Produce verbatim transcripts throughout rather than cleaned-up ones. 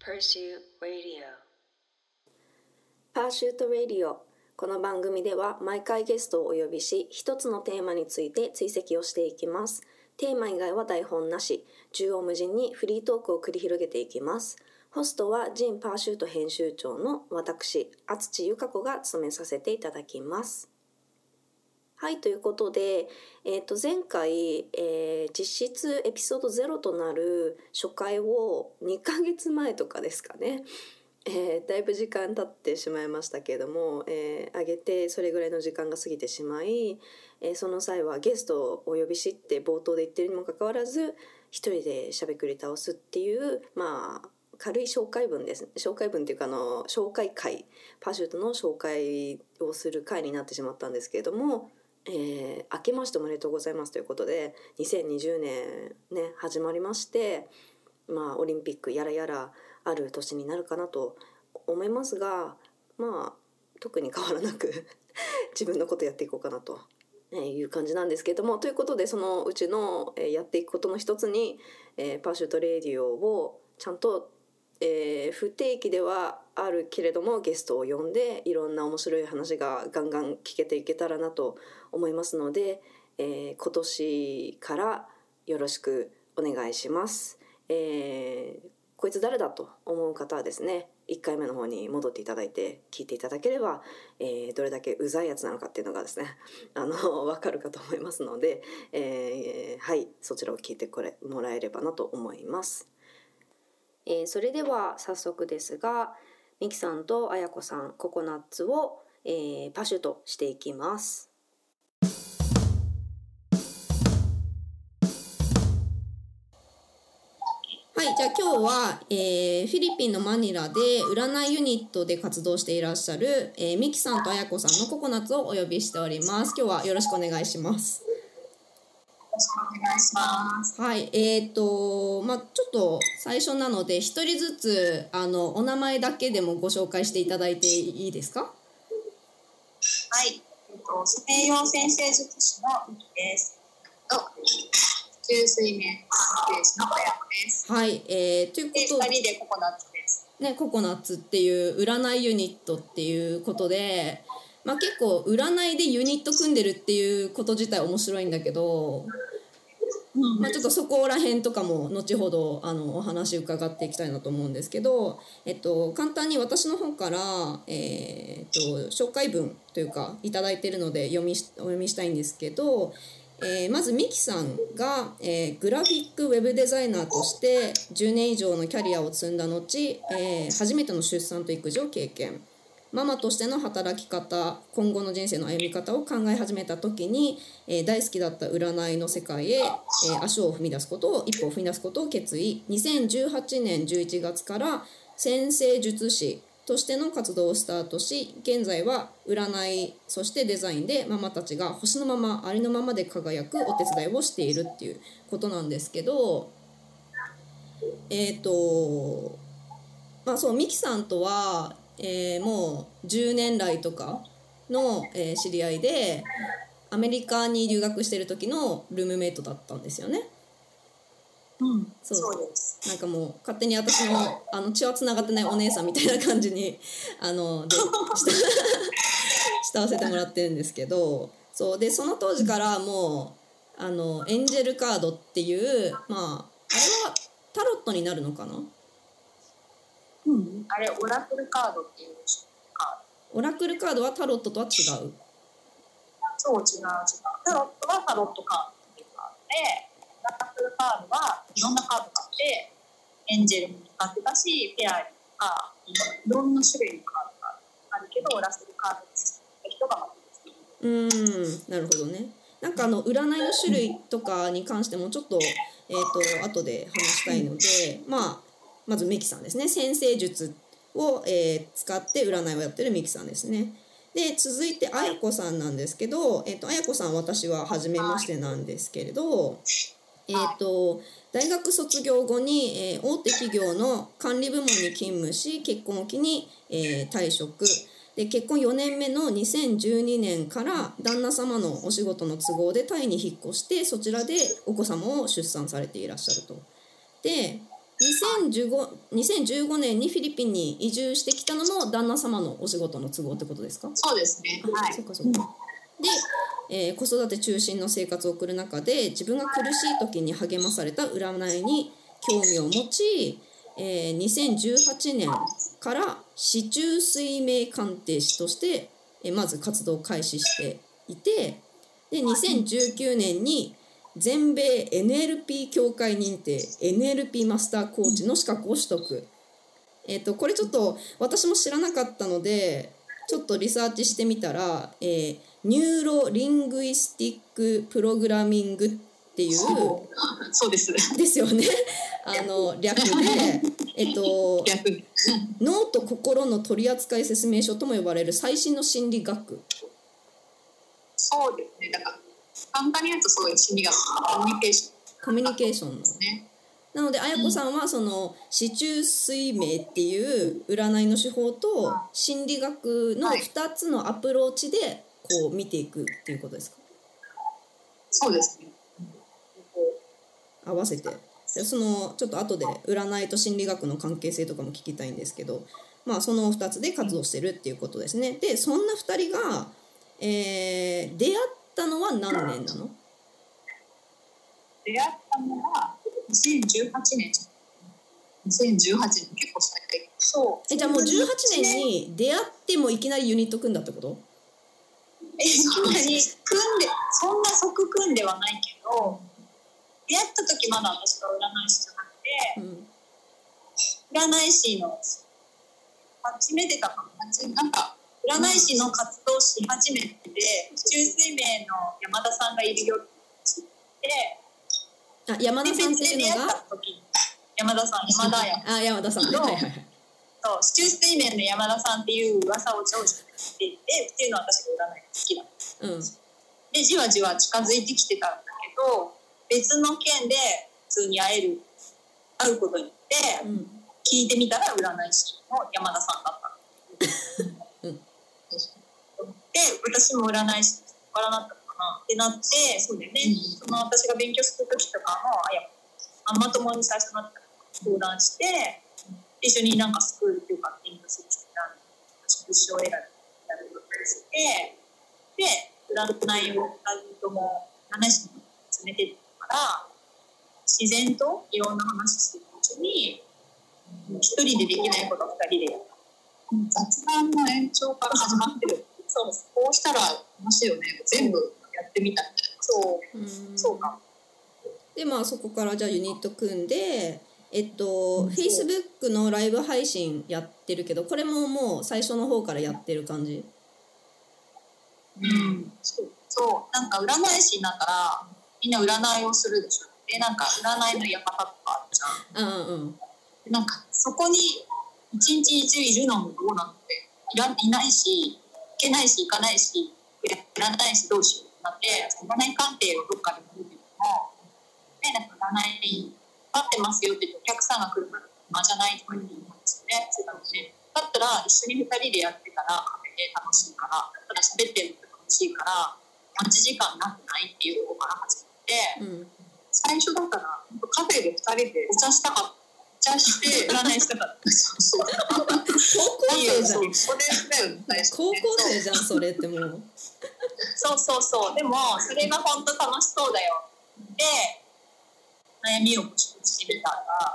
Pursuit Radio パーシュートラディオ。この番組では毎回ゲストをお呼びし、一つのテーマについて追跡をしていきます。テーマ以外は台本なし、縦横無尽にフリートークを繰り広げていきます。ホストはジンパーシュート編集長の私、厚地由香子が務めさせていただきます。はい、ということで、えー、と前回、えー、実質エピソードゼロとなる初回をにかげつまえとかですかね、えー、だいぶ時間経ってしまいましたけれども、えー、上げてそれぐらいの時間が過ぎてしまい、えー、その際はゲストをお呼びしって冒頭で言ってるにもかかわらず一人でしゃべくり倒すっていうまあ軽い紹介文です。紹介文っていうかあの紹介会、パシュートの紹介をする会になってしまったんですけれども、えー、明けましておめでとうございますということでにせんにじゅうねんね始まりまして、まあオリンピックやらやらある年になるかなと思いますが、まあ特に変わらなく自分のことやっていこうかなという感じなんですけれども、ということでそのうちのやっていくことの一つに、えー、パーシュートレディオをちゃんとえー、不定期ではあるけれどもゲストを呼んでいろんな面白い話がガンガン聞けていけたらなと思いますので、えー、今年からよろしくお願いします。えー、こいつ誰だと思う方はですね、いっかいめの方に戻っていただいて聞いていただければ、えー、どれだけうざいやつなのかっていうのがですねあの分かるかと思いますので、えー、はいそちらを聞いてこれもらえればなと思います。えー、それでは早速ですが、ミキさんとあやこさんココナッツを、えー、パシュートしていきます。はい、じゃあ今日は、えー、フィリピンのマニラで占いユニットで活動していらっしゃる、えー、ミキさんとあやこさんのココナッツをお呼びしております。今日はよろしくお願いします。 よろしくお願いします。 はい、えーとまあ、ちょっと最初なので一人ずつあのお名前だけでもご紹介していただいていいですか？ はい、えっと西洋占星術師のミキです。と中水面鑑定士のあやこです。 はい、えー、ということでふたりでココナッツです。 ね、ココナッツっていう占いユニットっていうことで、まあ、結構占いでユニット組んでるっていうこと自体面白いんだけど、まあ、ちょっとそこら辺とかも後ほどあのお話伺っていきたいなと思うんですけど、えっと、簡単に私の方から、えー、っと紹介文というかいただいているので読みしお読みしたいんですけど、えー、まずミキさんが、えー、グラフィックウェブデザイナーとしてじゅうねん以上のキャリアを積んだ後、えー、初めての出産と育児を経験。ママとしての働き方、今後の人生の歩み方を考え始めた時に、えー、大好きだった占いの世界へ、えー、足を踏み出すことを一歩を踏み出すことを決意。にせんじゅうはちねんじゅういちがつから占星術師としての活動をスタートし、現在は占いそしてデザインでママたちが星のままありのままで輝くお手伝いをしているっていうことなんですけど、えっとまあそうミキさんとはえー、もうじゅうねん来とかの、えー、知り合いでアメリカに留学してる時のルームメイトだったんですよね。 うん、 そう、 そうです。 なんかもう勝手に私の、あの血はつながってないお姉さんみたいな感じにあので慕わせてもらってるんですけど、そうでその当時からもうあのエンジェルカードっていうまああれはタロットになるのかな。 うん、あれオラクルカードっていうか。 オラクルカードはタロットとは違う。 そう違う違う。タロットはタロットカードっていうカードで、オラクルカードはいろんなカードがあって、エンジェルも使ってたし、フェアリーとかいろんな種類のカードがあるけど、オラクルカードに作った人がまずうーん、なるほどね。なんかあの占いの種類とかに関してもちょっとえっと後で話したいので、まあまずミキさんですね。占星術を、えー、使って占いをやってるミキさんですね。で続いてあやこさんなんですけど、えっとあやこさん私は初めましてなんですけれど、えっと大学卒業後に、えー、大手企業の管理部門に勤務し、結婚を機に、えー、退職で、結婚よねんめのにせんじゅうにねんから旦那様のお仕事の都合でタイに引っ越して、そちらでお子様を出産されていらっしゃると。でにせんじゅうご、にせんじゅうごねんにフィリピンに移住してきたのも旦那様のお仕事の都合ってことですか？ そうですね。はい。 そっかそっか。で、えー、子育て中心の生活を送る中で自分が苦しい時に励まされた占いに興味を持ち、えー、にせんじゅうはちねんから四柱推命鑑定士として、えー、まず活動を開始していて、でにせんじゅうきゅうねんに全米 エヌエルピー 協会認定 エヌエルピー マスターコーチの資格を取得。えーと、これちょっと私も知らなかったのでちょっとリサーチしてみたら、えー、ニューロリングイスティックプログラミングっていうそうですですよねあの略で、えっと、脳と心の取扱説明書とも呼ばれる最新の心理学。 そうですね。だから簡単に言うとそういう心理学コミュニケーションコミュニケーションですね。なので綾子さんはその四柱推命っていう占いの手法と心理学のふたつのアプローチでこう見ていくっていうことですか？ そうですね。 合わせてそのちょっと後で占いと心理学の関係性とかも聞きたいんですけど、まあそのふたつで活動してるっていうことですね。でそんなふたりが、えー、出会ったのは何年なの？ 出会ったのはにせんじゅうはちねん。にせんじゅうはちねん結構最近。そう。 えじゃあもうじゅうはちねんに出会ってもいきなりユニット組んだってこと？ えそんなに組んでそんな即組んではないけど、出会った時まだ私は占い師じゃなくて、うん、占い師の初めてだかな、なんか占い師の活動し始めて四柱推命の山田さんがいるよって知って、 あ山田さんっていうのが山田さん山田やあ山田さんね、はいはいはい、 そう四柱推命の山田さんっていう噂を常時していてっていうのは私が占いが好きだった、うん、でじわじわ近づいてきてたんだけど別の件で普通に会える会うことによって、うん、聞いてみたら占い師の山田さんだった、うん、で私も占い師からなったのかなってなってそうだよね、うん、その私が勉強する時とかもあやママ友に最初になった相談して一緒になんかスクールっていうか勉強する人が物証を選びやることにしてで占いをふたりとも話に詰めてたから自然といろんな話してるうちに一人でできないことを二人でやった雑談の延長から始まってるそうですこうしたら面白いよね全部やってみたみたいなそううんそうかでまあそこからじゃあユニット組んでえっと、Facebook のライブ配信やってるけどこれももう最初の方からやってる感じ？ うんそうそうなんか占い師になったらみんな占いをするでしょでなんか占いの館とかあるじゃん、うんうん、なんかそこに一日中いるのもどうなのっていらいないし行けないし行かないし占い師どうしようってなって占い鑑定をどっかで見るけどもでなんか占い待ってますよって言ってお客さんが来るから暇じゃないとか言って言うんですよね。だったら一緒にふたりでやってたらカフェで楽しいからただ喋ってるの楽しいから待ち時間なくないっていうところから始まって、うん、最初だからカフェでふたりでお茶したかったお茶して占いしたかったそうそう高校生じゃんそれだよ、ね、 高校生じゃんそれってもうそうそうそうでもそれが本当楽しそうだよで悩みを募集してみたら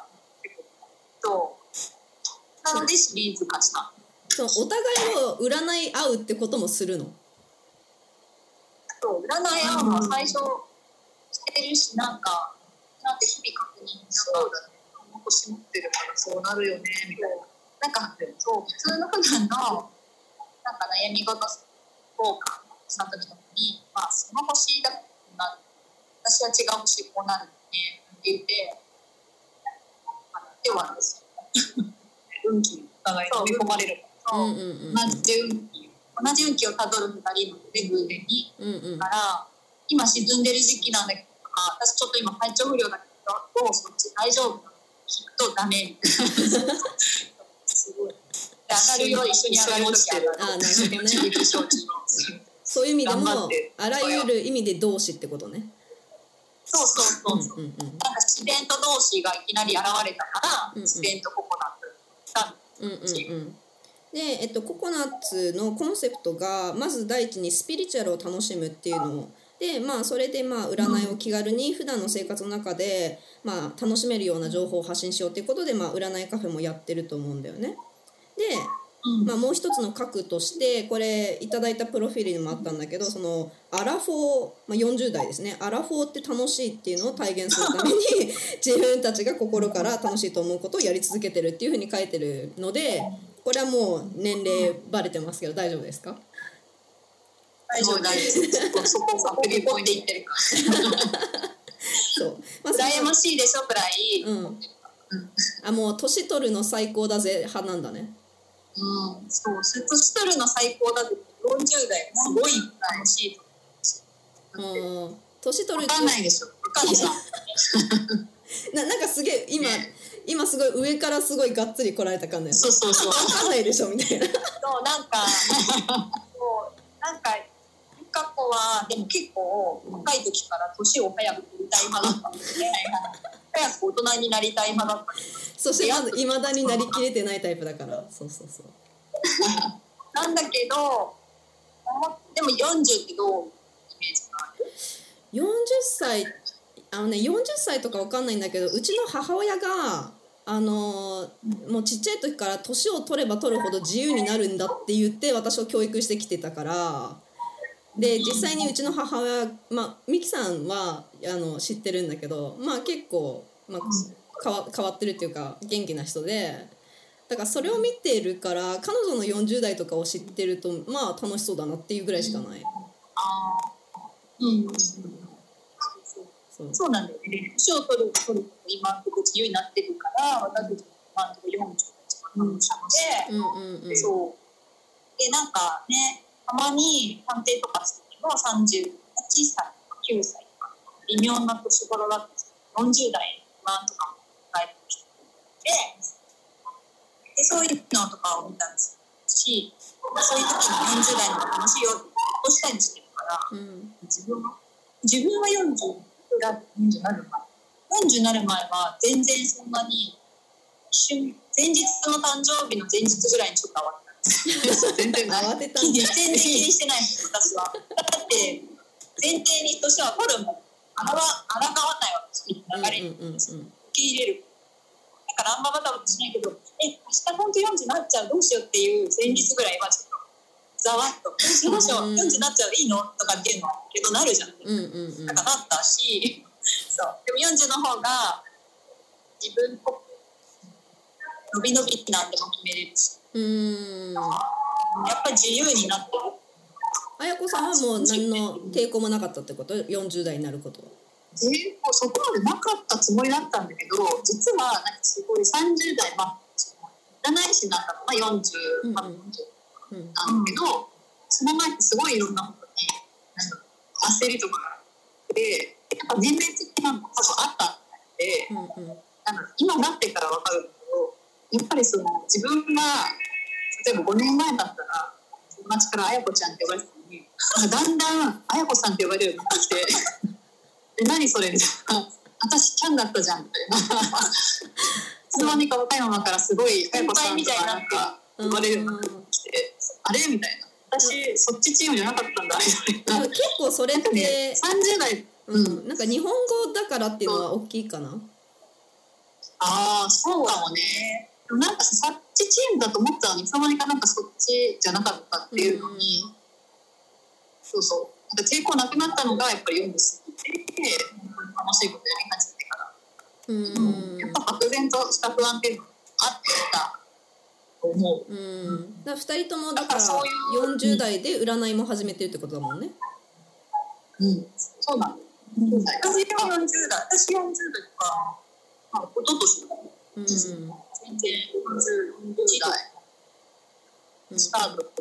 そうなのでシリーズ化したそうお互いを占い合うってこともするの？ そう占い合うのは最初してるしなんかなんて日々確認そうだねこの星持ってるからそうなるよねみたいななんかそう普通の普段のなんか悩み事交換した時とかにまあその星だな私は違う星こうなるねって言ってではなんですよ運気にお互い飲み込まれるから、うんうんうん、同じ運気同じ運気をたどるふたりので偶然に、うんうん、から今沈んでる時期なんだけど私ちょっと今体調不良だけどそっち大丈夫なのきっとダメみたいなすごいで上がるよう一緒に上がる時あるあなるほどねそういう意味でもあらゆる意味で同志ってことねそそうそうそうそう、 うんうんうん、 なんか自然と同士がいきなり現れたから、うんうん、自然とココナッツが、 うんうんうん、で、えっと、ココナッツのコンセプトがまず第一にスピリチュアルを楽しむっていうので、まあ、それでまあ占いを気軽に普段の生活の中でまあ楽しめるような情報を発信しようということで、まあ、占いカフェもやってると思うんだよね。で、まあ、もう一つの核としてこれいただいたプロフィールにもあったんだけど、そのアラフォー、まあ、よんじゅう代ですね、アラフォーって楽しいっていうのを体現するために自分たちが心から楽しいと思うことをやり続けてるっていうふうに書いてるので、これはもう年齢バレてますけど大丈夫ですか？ 大丈夫大丈夫そこアプリポイント言ってるからそう、まあ、羨ましいでしょくらい、 うん、あ、もう年取るの最高だぜ派なんだね。 うん、そう年取るの最高だぜ。よんじゅう代すごい楽しいと思う。 うん、年取る分かんないでしょ。分かんないななんかすげえ今、ね、今すごい上からすごいがっつり来られた感じだよね。 そうそうそう。 分かんないでしょみたいな。 そうなんかそうなんかゆか子はでも結構若い時から年を早く取りたい派だったんですね。早く大人になりたい派だった。 そしてまず未だになりきれてないタイプだから。そうそうそう。 なんだけどでもよんじゅうってどうイメージがある？ よんじゅっさいあのねよんじゅっさいとかわかんないんだけど、うちの母親があのもうちっちゃい時から年を取れば取るほど自由になるんだって言って私を教育してきてたから、で実際にうちの母親、まあ、ミキさんはあの知ってるんだけど、まあ、結構、まあ、変わ、変わってるっていうか元気な人で、だからそれを見てるから彼女のよんじゅう代とかを知ってるとまあ楽しそうだなっていうぐらいしかない。 あうん、そうそうなんだよね。年を取る取る今のところ自由になってるから私たち今のところよんじゅう代楽しくて、うんうんうん、そうでなんかねたまに探偵とかしてもさんじゅうはっさいとかきゅうさいとか微妙な年頃だったんですけどよんじゅう代不安とかも抱えてる人で、でそういうのとかを見たんですし、そういう時によんじゅう代の楽しいよって落としたりしてるから、うん、自分は自分はよんじゅうがよんじゅうになる前よんじゅうになる前は全然そんなに一瞬前日の誕生日の前日ぐらいにちょっと慌てたんです全然慌てたんだ全然気にしてない私はだって前提にとしては取るもあらわあらがわないわけ流れに、うんうんうんうん、受け入れるだからあんまバタバタしないけどえ明日本当よんじゅうになっちゃうどうしようっていう前日ぐらいはちょっとざわっとどうしようどうしようよんじゅうになっちゃういいのとかっていうのはけどなるじゃん、うんうんうん、だからなったしそうでもよんじゅうの方が自分っぽく伸び伸びなんでも決めれるしうーんやっぱり自由になってる。 あやこさんはもう何の抵抗もなかったってこと？よんじゅう代になることは抵抗そこまでなかったつもりだったんだけど実はなんかすごいさんじゅう代まあ占い師になったのがよんじゅう、うんうんまあ、よんじゅうなんだけど、うん、その前ってすごいいろんなことになんか焦りとかがあってやっぱ年齢的なのも多分あったんで、うんうん、なんか今なってから分かるんだけどやっぱりその自分が例えばごねんまえだったら友達からあやこちゃんって呼ばれてたのにだんだんあやこさんって呼ばれるようになってきてえ何それみたいな私キャンだったじゃんみたいないつの間にか若いママからすごいあやこさんとかなんか呼ばれるようになってきてあれみたいな私そっちチームじゃなかったんだみたいな結構それって、 ね、さんじゅう代、 うん、なんか日本語だからっていうのは大きいかな。 ああそうかもね。なんかそっちチームだと思ったのにいつの間にかなんかそっちじゃなかったっていうのに、うん、そうそうなんか抵抗なくなったのがやっぱり読んで過ぎて楽しいことやり始めてから、うんうん、やっぱ漠然とした不安っていうのがあってたと思う、うん、 だからふたりともだからよんじゅう代で占いも始めてるってことだもんね。 うん、そうなの、うん、私はよんじゅう代私よんじゅう代とかまあ、おととしだね、うん、全然よんじゅう代スタート、うん、だ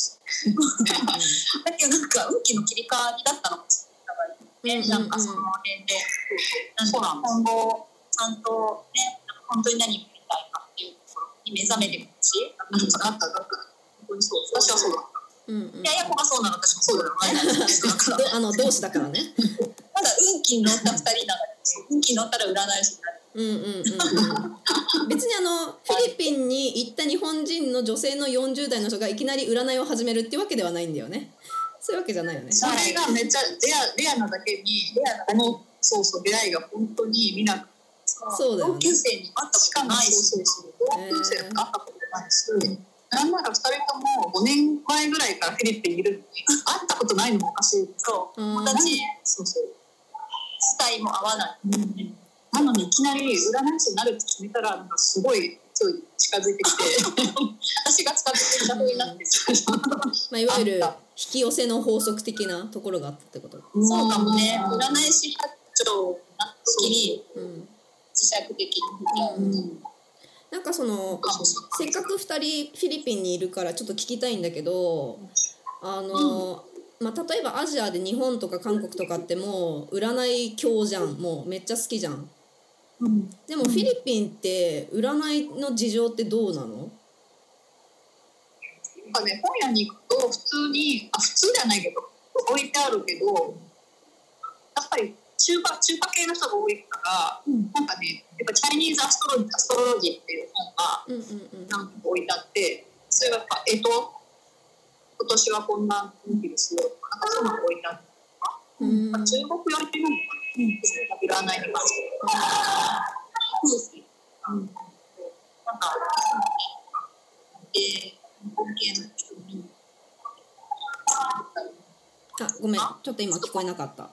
けどなんか運気の切り替わりだったのかもしれない、ね、なんかその辺で、うん、なんか今後ちゃんとね本当に何をやりたいかっていうところに目覚めてるし、うん、なんかあっただから本当にそう私はそうだった、うんうん、いやいやこがそうなの私もそうだよねあの同志だからねまだ運気に乗ったふたりなので、運気に乗ったら占い師になる。 うんうんうんうん、別にあのフィリピンに行った日本人の女性のよんじゅう代の人がいきなり占いを始めるっていうわけではないんだよね。そういうわけじゃないよね。 それがめっちゃレア、レアなだけに、レアなこのそうそう出会いが本当にみんなそうだよね。 同級生に会ったことないし、同級生に会ったことないし、えー、なんならふたりともごねんまえぐらいからフィリピンにいるのに会ったことないのもおかしい。そう友達そうそう自体も合わない、うん、なのにいきなり占い師になるって決めたらなんかすごい強い近づいてきて私が近づいてきた風になって、 まあ、いわゆる引き寄せの法則的なところがあったってこと。 そうかもね。占い師発長になった時に、うん、磁石的に、うんうん、 なんかそのせっかくふたりフィリピンにいるからちょっと聞きたいんだけど、あの、うんまあ、例えばアジアで日本とか韓国とかってもう占い教じゃん、もうめっちゃ好きじゃん、うん、でもフィリピンって占いの事情ってどうなの？ なんかね、本屋に行くと普通にあ普通じゃないけど置いてあるけど、やっぱり中華中華系の人が多いから、うん、なんかねやっぱチャイニーズアストロジー、アストロロジーっていう本が何個置いてあって、それがやっぱえと今年はこんな雰囲気ですよとか、なんかそういうのが置いてあるとか、うん、中国寄りっていうのかな、うん、占いに関しては、うん、なんかで日本系の人にあごめんちょっと今聞こえなかった。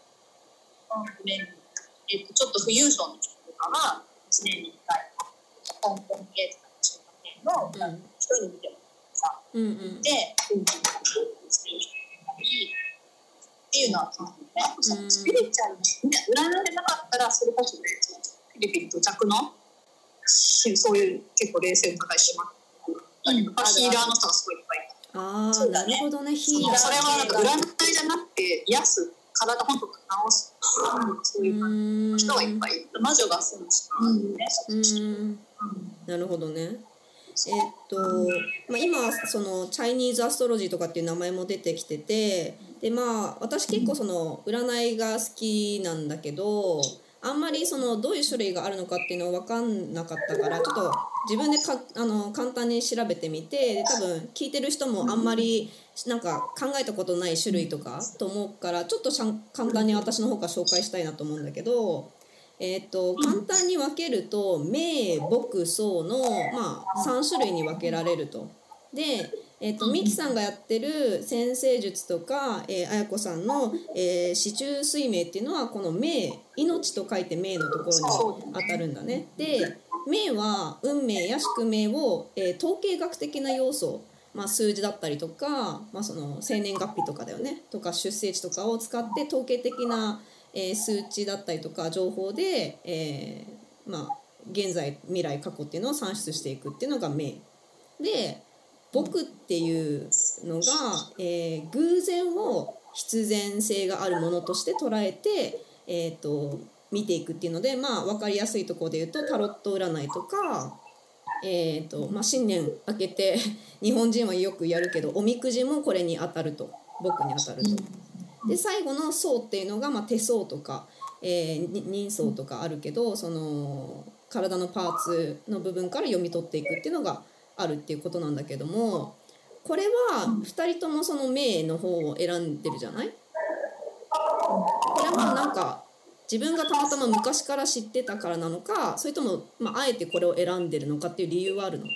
えっと、ちょっと富裕層の人とかは、いちねんにいっかい、香港系とか中華系の人に見てもらってさ、うんうん、で、運気がしてる人に、っていうのは、そうですね、うん、スピリチュアルに、占いでなかったら、それこそね、フィリピン到着の、そういう結構冷静の高い島とか、ヒーラーの人がすごいいっぱいいた。 ああ、なるほどね、ヒーラー。 それはなんか占いじゃなくて、癒す。体本当直す、うん、そういう人がいっぱいいる。魔女が住むし、 うんうん、なるほどね。えー、っと、まあ、今そのチャイニーズアストロジーとかっていう名前も出てきてて、でまあ私結構その占いが好きなんだけど、あんまりそのどういう種類があるのかっていうの分かんなかったから、ちょっと自分でかあの簡単に調べてみて、で多分聞いてる人もあんまりなんか考えたことない種類とかと思うから、ちょっとしゃん簡単に私の方から紹介したいなと思うんだけど、えー、と簡単に分けると名木草の、まあ、さん種類に分けられると。でえー、とミキさんがやってる占星術とか、えー、あやこさんの、えー、四柱推命っていうのはこの命、命と書いて命のところに当たるんだね。で命は運命や宿命を、えー、統計学的な要素、まあ、数字だったりとか、まあ、その生年月日とかだよねとか出生地とかを使って統計的な、えー、数値だったりとか情報で、えーまあ、現在未来過去っていうのを算出していくっていうのが命で、僕っていうのが、えー、偶然を必然性があるものとして捉えて、えー、と見ていくっていうので、まあ、分かりやすいところで言うとタロット占いとか、えーとまあ、新年明けて日本人はよくやるけどおみくじもこれに当たると、僕に当たると。で最後の相っていうのが、まあ、手相とか、えー、人相とかあるけど、その体のパーツの部分から読み取っていくっていうのがあるっていうことなんだけども、これはふたりともその命の方を選んでるじゃない。これはなんか自分がたまたま昔から知ってたからなのか、それとも、まあ、あえてこれを選んでるのかっていう理由はあるの？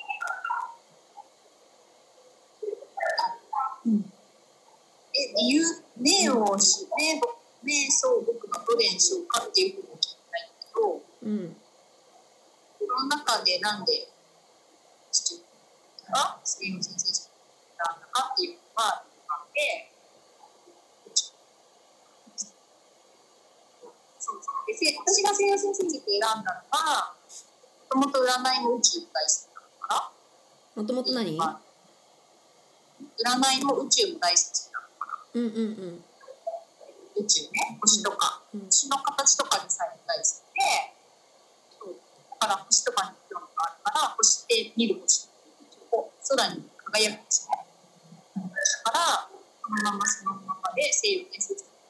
うん、え理由命をし命命相を僕がどれにしようかっていうふうに聞いてないけど、うん、その中でなんで父が杉野先生に選んだかっていうのはあって、そうそうで私が杉野先生に選んだのは、もともと占いも宇宙大好きだから。 もともと何？ 占いも宇宙も大好きだから。 うんうんうん。 宇宙ね、星とか、うん、星の形とかにさえ大好きで、そうだから星とかに興味があるから、星って見る星、空に輝く星ね。だから、そのままそのままで西洋伝説で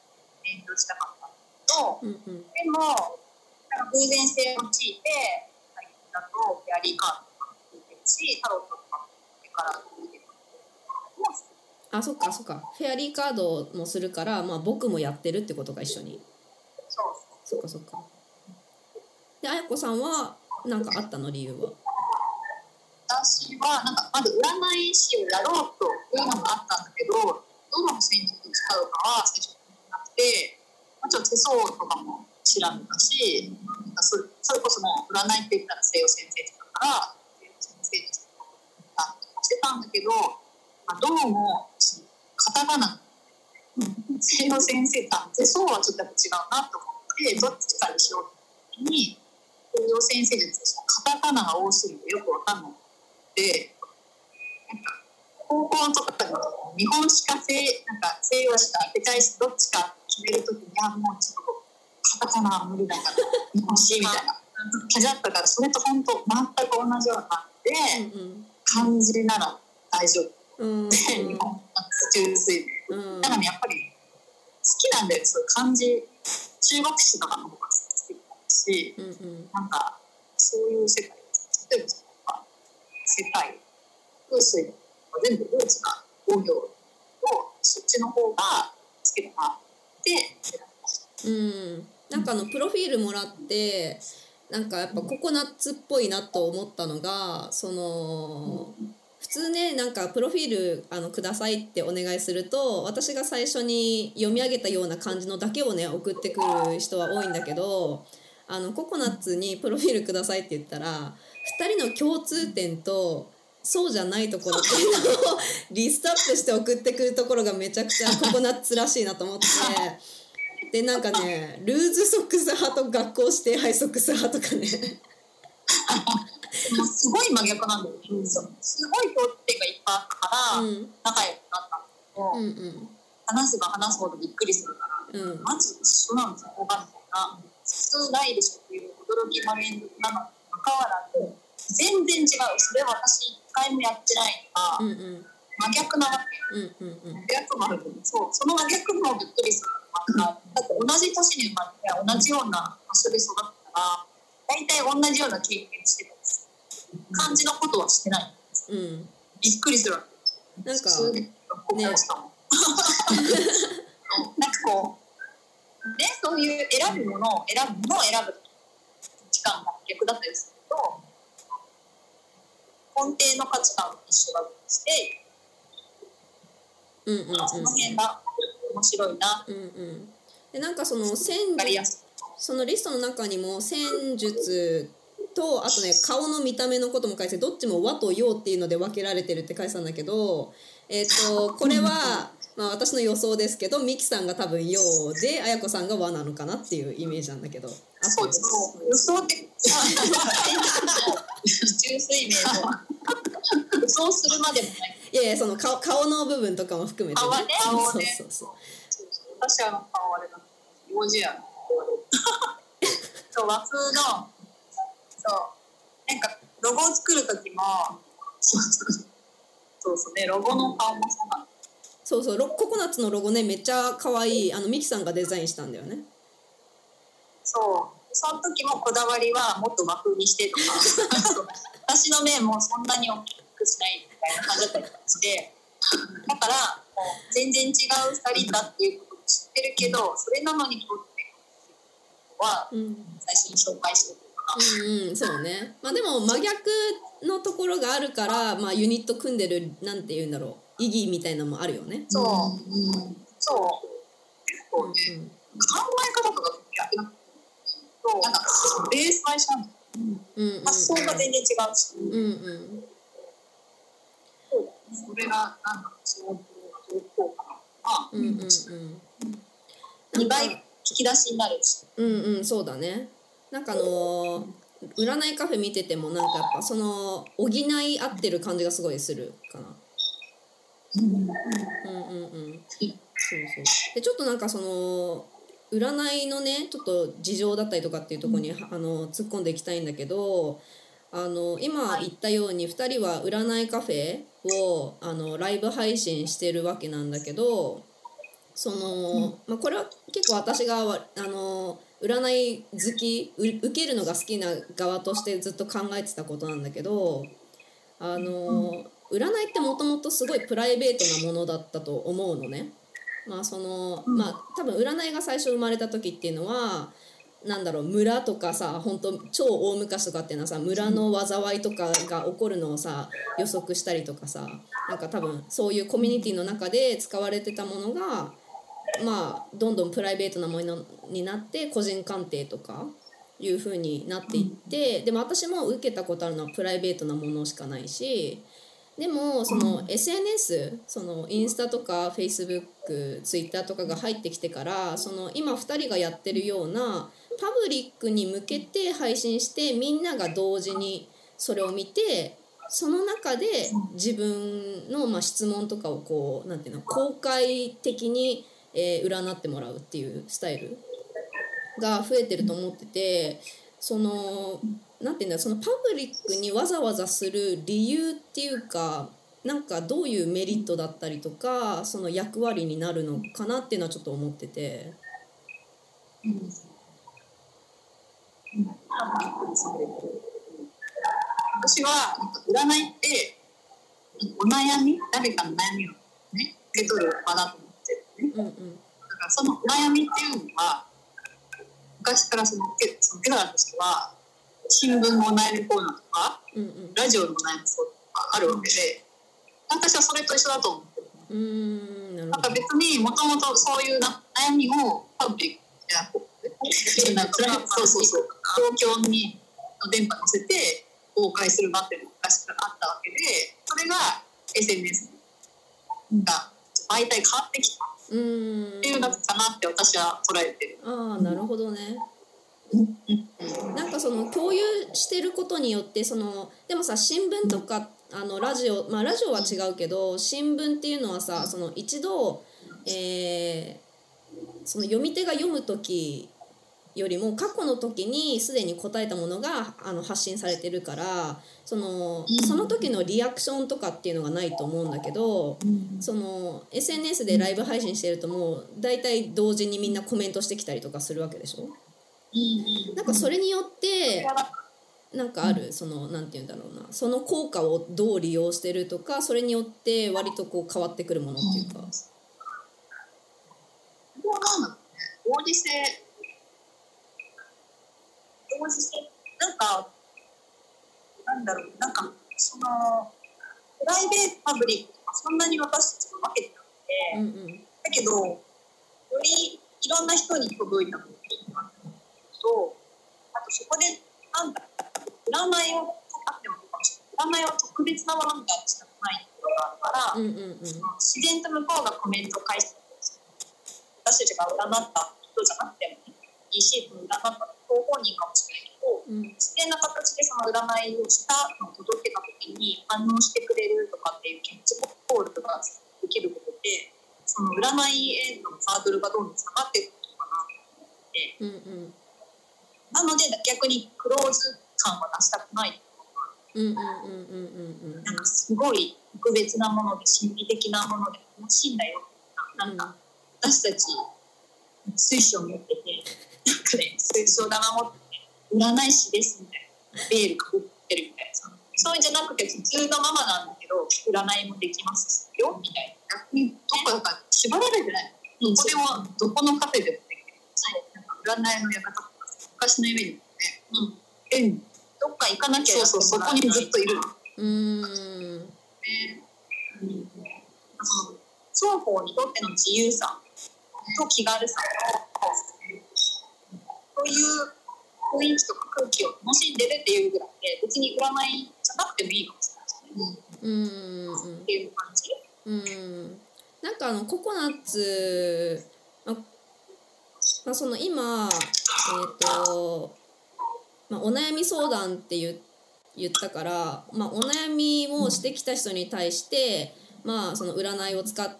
勉強したかったんだけど、 うんうん、 でもなんか偶然性を用いて最近だとフェアリーカードとかも聞いてるし、タロットとかもこれから聞いてるも好き。 あ、そっかそっか。フェアリーカードもするから、まあ僕もやってるってことが一緒に。 そうそっかそっか。で、あやこさんは何かあったの、理由は？ 私はなんかまず占い師をやろうというのがあったんだけど、どの戦術を使うかは最初になくて、まあ、ちょっと手相とかも調べたし、なんかそれそれこそもう占いって言ったら西洋先生だから西洋先生術とかしてたんだけど、まあ、どうもカタカナ西洋先生と手相はちょっとやっぱ違うなと思って、どっちかにしようと思った時に西洋先生術でしたカタカナが多すぎてよくわかんないで、なんか高校とかの日本史か西なんか西洋史か世界史どっちか決めるときに、あもうちょっとカタカナは無理だから日本史みたいな感じだったから、それと本当全く同じような感じで、うんうん、漢字なら大丈夫、うんうん、日本中水明、うん、だからやっぱり好きなんだよ、そういう漢字、中国史とかの方が好きだし、うんうん、なんかそういう世界、例えば世界風水は全部ルーツが五行をそっちの方が好きだなって選びました。 うん、なんかあのプロフィールもらってなんかやっぱココナッツっぽいなと思ったのが、その普通ね、なんかプロフィールあのくださいってお願いすると、私が最初に読み上げたような感じのだけをね送ってくる人は多いんだけど、あのココナッツにプロフィールくださいって言ったらふたりの共通点とそうじゃないところっていうのをリストアップして送ってくるところがめちゃくちゃココナッツらしいなと思って、でなんかねルーズソックス派と学校指定ハイソックス派とかねすごい真逆なんだよね、うん、すごい共通点がいっぱいあったから仲良くなったんだけど、うんうん、話せば話すほどびっくりするから、うん、マジ一緒なんですよ、ここがみたいな、普通ないでしょっていう驚きまれなのにかかわらず全然違う、それ私一回もやってないとか、うんうん、真逆なわけ、うんうんうん、真逆もあるけど、そう、その真逆もびっくりする、だって同じ年に生まれて同じような場所で育ったら大体同じような経験してたんです、感じのことはしてないんです、うん、びっくりするわけです。なんかねなんかこうね、そういう選ぶものを選ぶものを選ぶ時間が逆だったりすると根底の価値観が一緒だとして、うんうんうん、その辺が面白いな、うんうん、 でなんかその戦そのリストの中にも戦術とあとね顔の見た目のことも書いて、どっちも和と陽っていうので分けられてるって書いてたんだけど、えー、とこれはまあ私の予想ですけど、ミキさんが多分陽であやこさんが和なのかなっていうイメージなんだけど、あそうです、予想って中水明と予想するまでもない、 いやいや、その 顔, 顔の部分とかも含めてね、 顔ね、顔ね、 そうそうそう、 私は顔あれだ、幼児やそう、和風のそうなんかロゴを作る時もそうそうそうね、ロゴの顔もそうなんだ、 そうそう、ココナッツのロゴねめっちゃ可愛い、あのミキさんがデザインしたんだよね。 そうその時もこだわりはもっと和風にしてとか私の目もそんなに大きくしないみたいな感じだったりとかして、だからもう全然違うふたりだっていうことも知ってるけど、それなのに撮ってるは最初に紹介してるかな、 うんうん、そうね、まあ、でも真逆のところがあるから、まあ、ユニット組んでるなんていうんだろう、意義みたいなのもあるよね。 そう、うん、そう結構ね、うん、考え方とか逆なそうなんかベース会社なんだよ、うんうんうん、発想が全然違うし、うんうん、そうそれがなんかそのどうこうかな、うんうんうん、にばい引き出しになるし、 うんうん、そうだね。なんかあのー、占いカフェ見ててもなんかやっぱその補い合ってる感じがすごいするかな。うんうんうん、そうそうでちょっとなんかその占いのねちょっと事情だったりとかっていうところに、うん、あの突っ込んでいきたいんだけど、あの今言ったようにふたりは占いカフェをあのライブ配信してるわけなんだけど、 その、まあ、これは結構私があの占い好きう受けるのが好きな側としてずっと考えてたことなんだけど、あの占いってもともとすごいプライベートなものだったと思うのね。まあそのまあ多分占いが最初生まれた時っていうのはなんだろう、村とかさ、本当超大昔とかっていうのはさ、村の災いとかが起こるのをさ予測したりとかさ、なんか多分そういうコミュニティの中で使われてたものがまあどんどんプライベートなものになって個人鑑定とかいう風になっていって、でも私も受けたことあるのはプライベートなものしかないし、でもその エスエヌエス、そのインスタとかフェイスブック、ツイッターとかが入ってきてから、その今ふたりがやってるようなパブリックに向けて配信してみんなが同時にそれを見て、その中で自分のまあ質問とかをこうなんていうの公開的にえー占ってもらうっていうスタイルが増えてると思ってて、そのなんていうんだ、そのパブリックにわざわざする理由っていうか、なんかどういうメリットだったりとかその役割になるのかなっていうのはちょっと思ってて。 うんうん、私はなんか占いってお悩み、誰かの悩みをね受け取る場だと思ってるね、うんうん、だからそのお悩みっていうのは昔からその受け皿としては新聞のお悩みコーナーとか、うんうん、ラジオのお悩みコーナーとかあるわけで、私はそれと一緒だと思ってる。うーん、なるほど。なんか別にもともとそういうな悩みをパブリックじゃなくてそうそうそう公共にの電波に乗せて公開する場っていうのが昔からあったわけで、それが エスエヌエス が媒体変わってきたっていうのかなって私は捉えてる。 ああ、なるほどね。なんかその共有してることによってそのでもさ、新聞とかあのラジオ、まあラジオは違うけど新聞っていうのはさ、その一度、えー、その読み手が読む時よりも過去の時にすでに答えたものがあの発信されてるから、そのその時のリアクションとかっていうのがないと思うんだけど、その エスエヌエス でライブ配信してるともう大体同時にみんなコメントしてきたりとかするわけでしょ。なんかそれによってなんかある、そのなんていうんだろうな、その効果をどう利用してるとか、それによって割とこう変わってくるものっていうか、うん、 同時性同時性なんかなんだろう、なんかそのプライベートパブリックとかそんなに私たちが分けてなくて、うんうん、だけどよりいろんな人に届いたものと、あとそこでなんだ占いをあってもいいかもしれない。占いは特別なものみたいにしたくないところがあるから、うんうんうん、自然と向こうがコメントを返して私たちが占った人じゃなくてもいいし、占ったご本人かもしれないけど、うん、自然な形でその占いをしたのを届けた時に反応してくれるとかっていうキャッチボールができることで、その占いへのハードルがどんどん下がっていくことかなと思って、うんうん、なので逆にクローズ感は出したくないというか、なんかすごい特別なもので神秘的なもので楽しいんだよ。なんか私たち水晶を持ってて、なんかね水晶玉持ってて占い師ですみたいなベールかぶってるみたいなさ、そういうんじゃなくて普通のママなんだけど占いもできますよみたいな、逆にどこか縛られてない。どこでもどこのカフェでもできる。なんか占いの館とか昔の夢にもね、うん、どっか行かなきゃ、そうそう、そこにずっといるの。うーん、えー、うん、その双方にとっての自由さと気軽さそういう雰囲気とか空気を楽しんでるっていうぐらいで、別に占いじゃなくてもいいかもしれないですね。うん、うん、っていう感じ。 うん、なんかあのココナッツ、ままあ、その今、えーとまあ、お悩み相談って言言ったから、まあ、お悩みをしてきた人に対して、まあ、その占いを使って、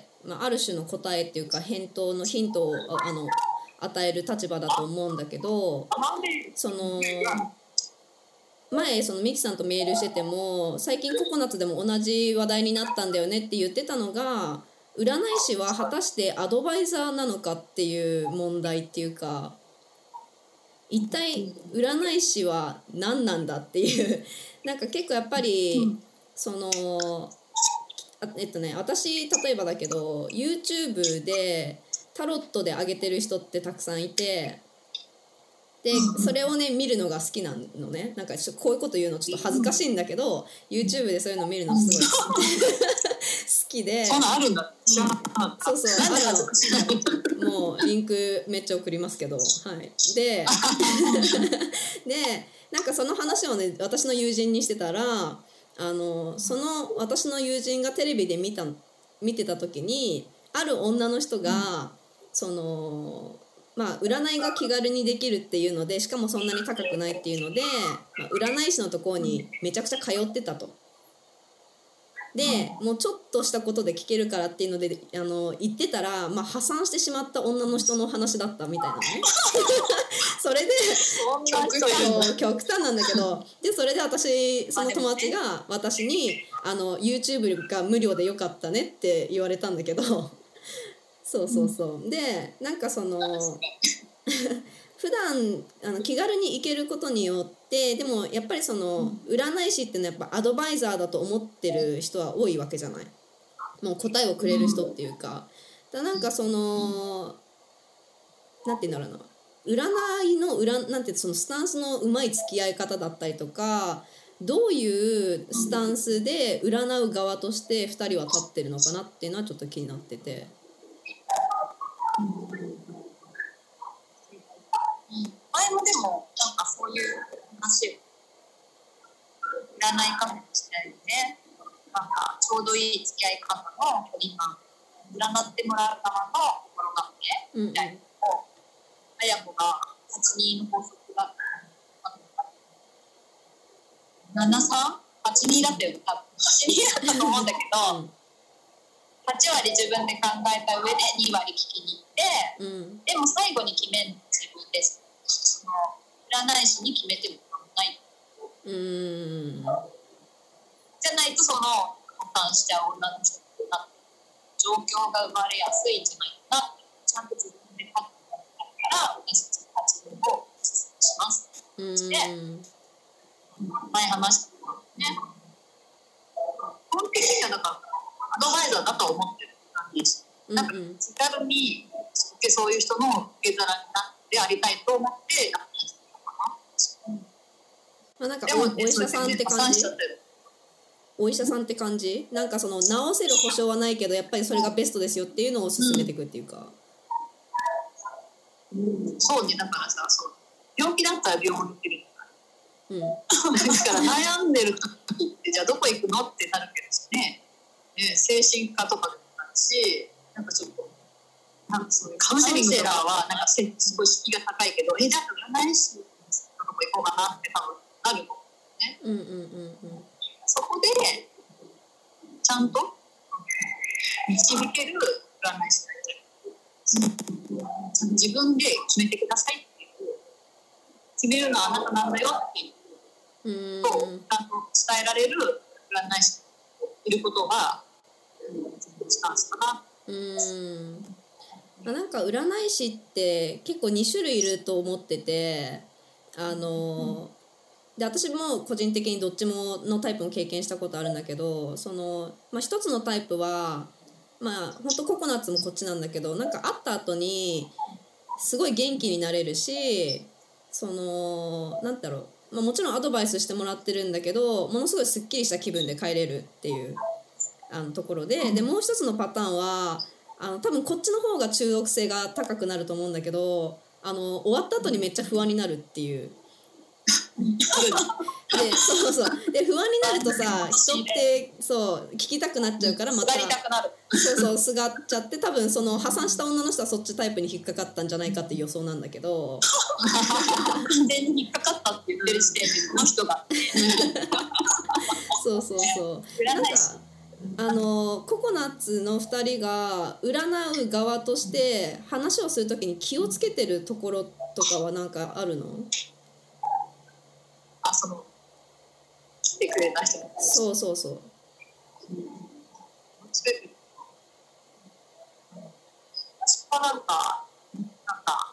まあ、ある種の答えっていうか返答のヒントをあの与える立場だと思うんだけど、その前そのミキさんとメールしてても最近ココナッツでも同じ話題になったんだよねって言ってたのが、 占い師は果たしてアドバイザーなのかっていう問題っていうか、一体占い師は何なんだっていうなんか結構やっぱりそのえっとね私例えばだけど YouTube でタロットで上げてる人ってたくさんいて、でそれをね見るのが好きなのね。なんかちょっとこういうこと言うのちょっと恥ずかしいんだけど YouTube でそういうの見るのすごい好きで、 そんなあるんだ、知らなかった。 そうそう、あのもうリンクめっちゃ送りますけど、はい、ででなんかその話をね私の友人にしてたら、あのその私の友人がテレビで見た見てた時に、ある女の人が、うん、そのまあ占いが気軽にできるっていうので、しかもそんなに高くないっていうので、まあ、占い師のところにめちゃくちゃ通ってたと。でもうちょっとしたことで聞けるからっていうのであの言ってたら、まあ、破産してしまった女の人の話だったみたいなねそれで極極端なんだけど、でそれで私その友達が私にあの YouTube が無料でよかったねって言われたんだけどそうそうそう、でなんかその普段あの気軽に行けることによって、でもやっぱりその占い師っていうのはやっぱアドバイザーだと思ってる人は多いわけじゃない。もう答えをくれる人っていうか、だなんかそのなんていうんだろうな、占いの占なんてそのスタンスのうまい付き合い方だったりとか、どういうスタンスで占う側としてふたりは立ってるのかなっていうのはちょっと気になってて。 前もでもなんかそういう話を占いカフェにしたりね、なんかちょうどいい付き合い方の距離感、占ってもらう側の心がけみたいなのを、あやこがはちにの法則がななさんはちにだったよね、多分はちにだったと思うんだけど、うん、はちわり自分で考えた上でにわり聞きに行って、うん、でも最後に決めるの自分です。その占い師に決めてもない。うーん。じゃないとその破綻しちゃう女の人の状況が生まれやすいんじゃないかな。ちゃんと自分で書くから私たちはちにんをおすすめします。うーん。前話したのね。本的にはだからアドバイザーだと思ってる感じです。なんか気軽にそういう人の受け皿になってありたいと思ってやってるのかな。 まあ、なんか お, お医者さんって感じ。お医者さんって感じ。なんかその治せる保証はないけどやっぱりそれがベストですよっていうのを進めていくっていうか。 うんうん、そうね、だからさ、そう病気だったら病院に行ってる。うん、だから悩んでる時ってじゃあどこ行くのってなるけどね、ね、精神科とかでもなるし、なんかちょっとなんかそういうカウンセリングとかはなんかすごい敷居が高いけど、えじゃあ占い師のとこ行こうかなって多分なると思うね。うんうんうんうん。そこでちゃんと導ける占い師がいる。自分で決めてくださいっていう、決めるのはあなたなんだよっていう。とちゃんと伝えられる占い師がいることがスタンスかな。うーん、なんか占い師って結構に種類いると思ってて、あので私も個人的にどっちものタイプも経験したことあるんだけど、その、まあ、一つのタイプはまあ本当ココナッツもこっちなんだけど、なんか会った後にすごい元気になれるし、そのなんだろう、まあ、もちろんアドバイスしてもらってるんだけど、ものすごいすっきりした気分で帰れるっていうあのところで、でもう一つのパターンはあの多分こっちの方が中毒性が高くなると思うんだけど、あの終わった後にめっちゃ不安になるっていうでそうそうで不安になるとさ、人ってそう聞きたくなっちゃうからまたそうそうすがっちゃって、多分その破産した女の人はそっちタイプに引っかかったんじゃないかっていう予想なんだけど完全に引っかかったって言ってる時点でこの人がそうそうそうなんかあのココナッツのふたりが占う側として話をするときに気をつけてるところとかはなんかあるの？ あ、その来てくれた人。 そうそうそう。 はなんかなんか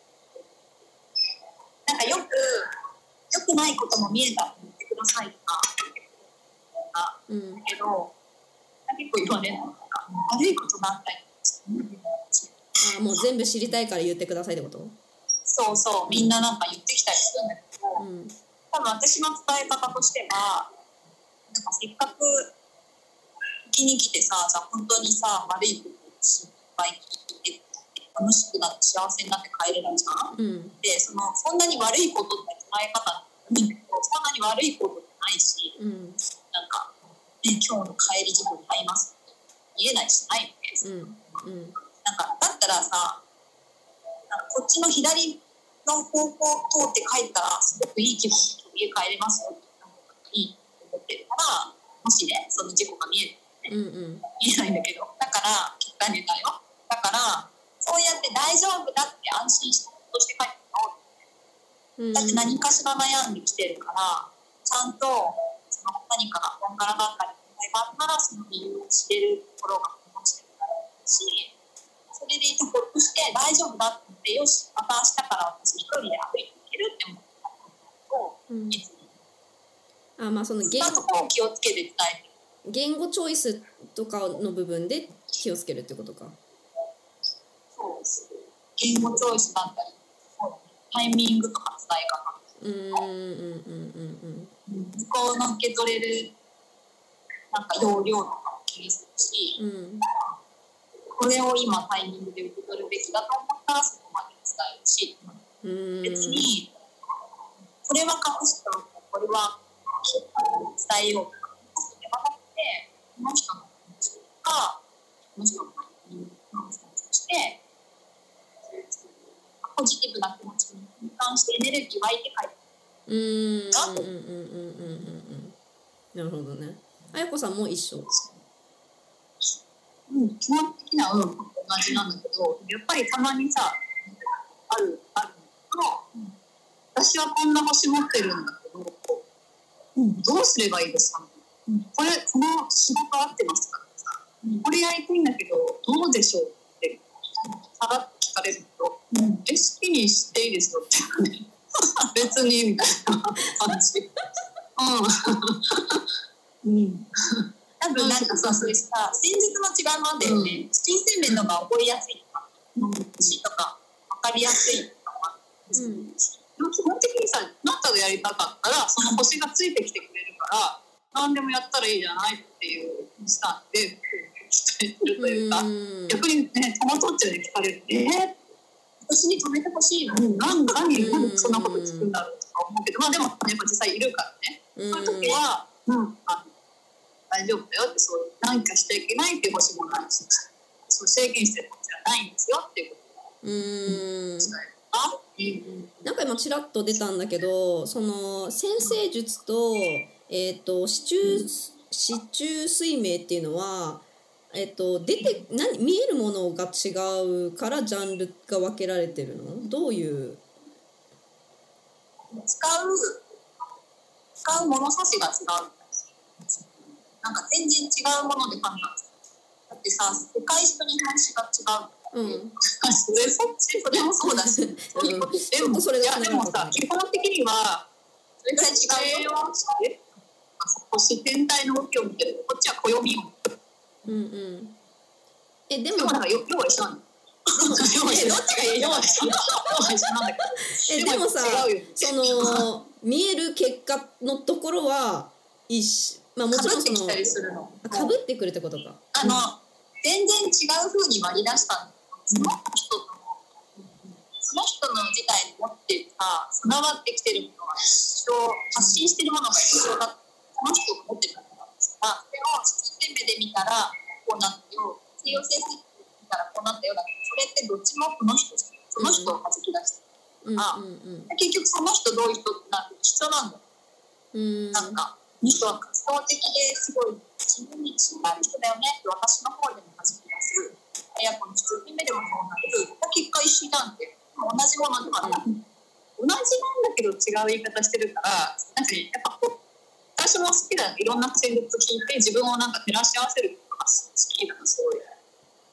なんかよく良くないことも見えたって言ってくださいとかうん、 けど結構言われるのが悪いことがあったりあもう全部知りたいから言ってくださいってこと？ そうそうみんななんか言ってきたりするんだけど、 うん、 多分私の伝え方としてはなんかせっかく聞きに来てさ本当にさ悪いことをいっぱい聞いて楽しくなって幸せになって帰れるじゃん、 うん、 でそのそんなに悪いことって捉え方なんだけどそんなに悪いことってないし、 うん、 なんか、ね、今日の帰り事故に遭いますって言えないしないわけです、 うんうん、 なんかだったらさなんかこっちの左の方向を通って帰ったらすごくいい気分で家帰れますよって言った方がいいと思ってるからもしねその事故が見える、ねうんうん、見えないんだけどだから結果ネタよだからそうやって大丈夫だって安心してほっとして帰ってもらおう、うん、だって何かしら悩んできてるからちゃんとその何かがこんからばっかり問題があったらその理由を知れるところがこのしてるからしそれでいてほっとして大丈夫だって言ってよしまた明日から私一人で歩いていけるって思ったと、うん、いつもあまあその言そんなところを気をつけて伝えて言語チョイスとかの部分で気をつけるってことか。 そうです言語チョイスだったりタイミングとか伝え方うんうんうんうんうん向こうの受け取れるなんか容量とかも気にするし、うん、これを今タイミングで受け取るべきだと思ったらそこまで伝えるし、うん別にこれは隠しておくこれは伝えようとかではなくてこの人の気持ちとかこの人の気持ちとしてポジティブな気持ちに関してエネルギー湧いて帰ってうんうんうんうんうんうんなるほどね。あやこさんも一緒。 うん基本的にはうん同じなんだけどやっぱりたまにさあるあるの、うん、私はこんな星持ってるんだけど、うん、どうすればいいですか、うん、これこの仕事合ってますかってさ、うん、これやりたいんだけどどうでしょうってさらっと聞かれると、うん、え好きにしていいですよってね別にみたいな感じうん、うん多分なんかさ、それさ、戦術の違いもあんだよね。新鮮麺のが覚えやすいとか、うん、とか、分かりやすいとかもある、うん、でも基本的にさ、あなたがやりたかったら、その星がついてきてくれるから、何でもやったらいいじゃないっていうスタンスで伝えてるというか、うん、逆にね、トマトッチョで聞かれる、えー、私に止めてほしいの、うん、何何何そんなこと聞くんだろうとか思うけど、まあでもやっぱ実際いるからね、うん、そういう時は、うん、あ大丈夫だよってそう何かしちゃいけないっていう星もないしそう制限してることじゃないんですよっていうことを伝えるか、うん、 なんか今ちらっと出たんだけどその占星術と、えー、と四柱四柱推命っていうのは、えー、と出て何見えるものが違うからジャンルが分けられてるの？どういう使う使う物差しが違うなんか全然違うもので判断する。だってさ、世界史と日本史が違う。うん。それそっちそれもそうだし。うん、でもそれいやでもさ、基本的にはそれぐらい違うよ。星全体の動きを見てる。こっちは暦を見てる。 うんうん。えでもでもなんか要は一緒なんだ。どっちがいい？要は一緒なんだけど。 えでもさ、その見える結果のところは一緒。まあ、もちろんそのかぶってくるってことかあの、うん、全然違う風に割り出したんだけどその人とその人の自体に持っているか備わってきてるものが一緒発信してるものが一緒だその人が持ってるものなんですがそれを七点目で見たらこうなったよ西洋先生で見たらこうなったよだけどそれってどっちもこの人その人をはじき出してるから、うんうんうん、結局その人どういう人ってなると一緒なんだよ、うん、なんか人は活動的ですごい自分に自信がある人だよねって私の方でも弾き出すいやこの一つ目でもそうなる結果一緒なんて同じものではない、うん、同じなんだけど違う言い方してるからなんか、ね、やっぱ私も好きだいろんな戦術聞いて自分をなんか照らし合わせることが好きだなすごい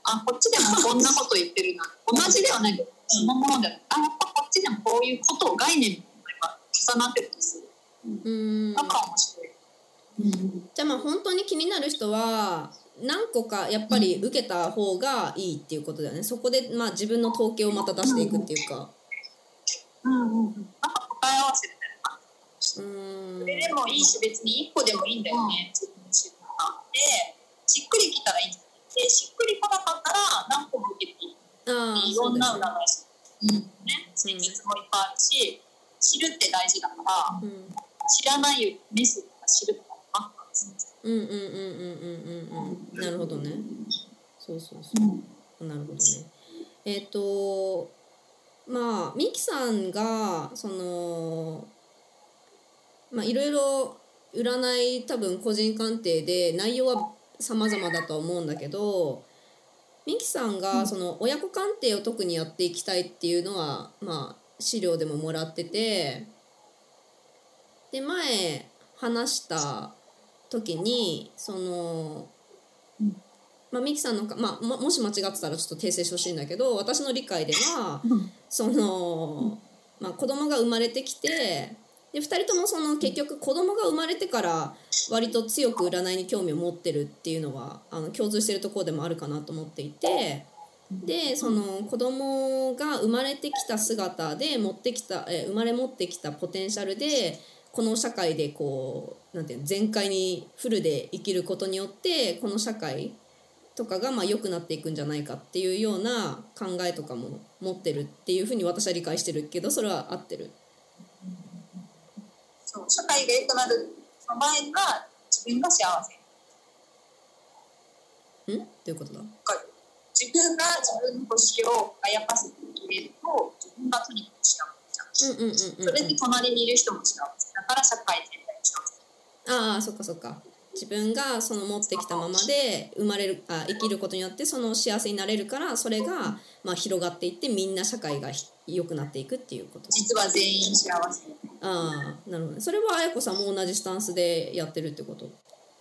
あこっちでもこんなこと言ってるな同じではないけどそのものではない、あやっぱこっちでもこういうことを概念が重なってるんですよ。うんだから面白い、 うん、じゃあまあ本当に気になる人は何個かやっぱり受けた方がいいっていうことだよね。そこでまあ自分の統計をまた出していくっていうか、 うんうんうん、なんか答え合わせみたいな感じ。うんそれでもいいし別にいっこでもいいんだよね、自分の仕事があってしっくりきたらいいんじゃないでしっくりこなかったら何個も受けていい。あいろんな占い師、うんね、戦術もいっぱいあるし知るって大事だから、うん、知らないメスが知ることがあったんですうんうんうんうんうんうんうんなるほどね。そうそうそう、うん、なるほどね。えっとまあミキさんがそのまあいろいろ占い多分個人鑑定で内容は様々だとは思うんだけど、ミキさんがその親子鑑定を特にやっていきたいっていうのはまあ資料でももらってて、で前話した時にその、まあ、ミキさんのか、まあ、も, もし間違ってたらちょっと訂正してほしいんだけど、私の理解ではその、まあ、子供が生まれてきてでふたりともその結局子供が生まれてから割と強く占いに興味を持ってるっていうのはあの共通してるところでもあるかなと思っていて、でその子供が生まれてきた姿で持ってきたえ生まれ持ってきたポテンシャルでこの社会でこうなんていうの全開にフルで生きることによってこの社会とかがまあ良くなっていくんじゃないかっていうような考えとかも持ってるっていうふうに私は理解してるけど、それは合ってる？ そう社会が良くなる前が自分が幸せんどういうことだ？ 自分が自分の星をあやかせて生きれると自分がとにかく幸せじゃん、うんうんうんうん、それで隣にいる人も幸せだから社会全体も幸せ。ああそっかそっか。自分がその持ってきたままで生まれるあ生きることによってその幸せになれるから、それがまあ広がっていってみんな社会が良くなっていくっていうこと。 実は全員幸せ。ああなるほどね。それはあやこさんも同じスタンスでやってるってこと？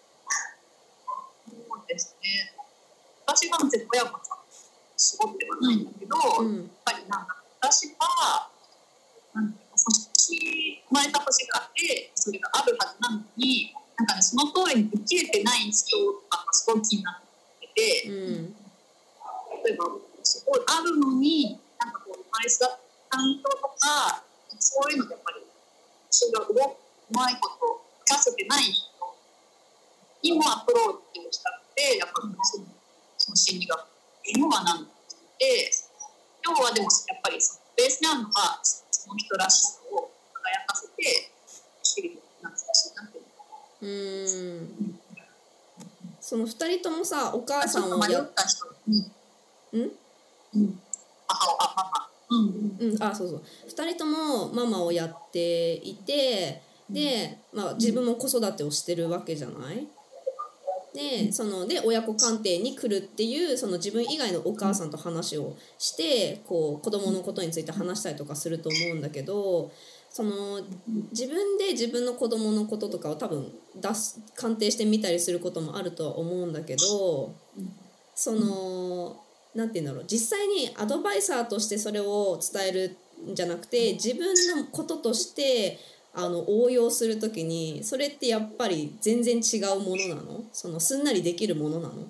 そうですね。私が絶対親子さん仕事ではないんだけど、うん、やっぱりなんか私はなんか星生まれた星があってそれがあるはずなのになんか、ね、その通りに生きれてない人がすごい気になってて、うん、例えばすごいあるのになんかこう生まれ育った環境とかそういうのでやっぱり私がうまいこと出せてない人にもアプローチをしたくてやっぱりそのその心理学っていうのがなんで要はでもやっぱりそのベースにあるのがその人らしさを輝かせて知るようになってほしいなってうーんそのふたりともさお母さんをやった人にうんうん母をあママうんうんあそうそうふたりともママをやっていてで、まあ、自分も子育てをしてるわけじゃない。でそので親子鑑定に来るっていうその自分以外のお母さんと話をしてこう子供のことについて話したりとかすると思うんだけど、その自分で自分の子供のこととかを多分出す鑑定してみたりすることもあるとは思うんだけど、そのなんていうんだろう実際にアドバイザーとしてそれを伝えるんじゃなくて自分のこととしてあの応用するときにそれってやっぱり全然違うものなの？そのすんなりできるものなの？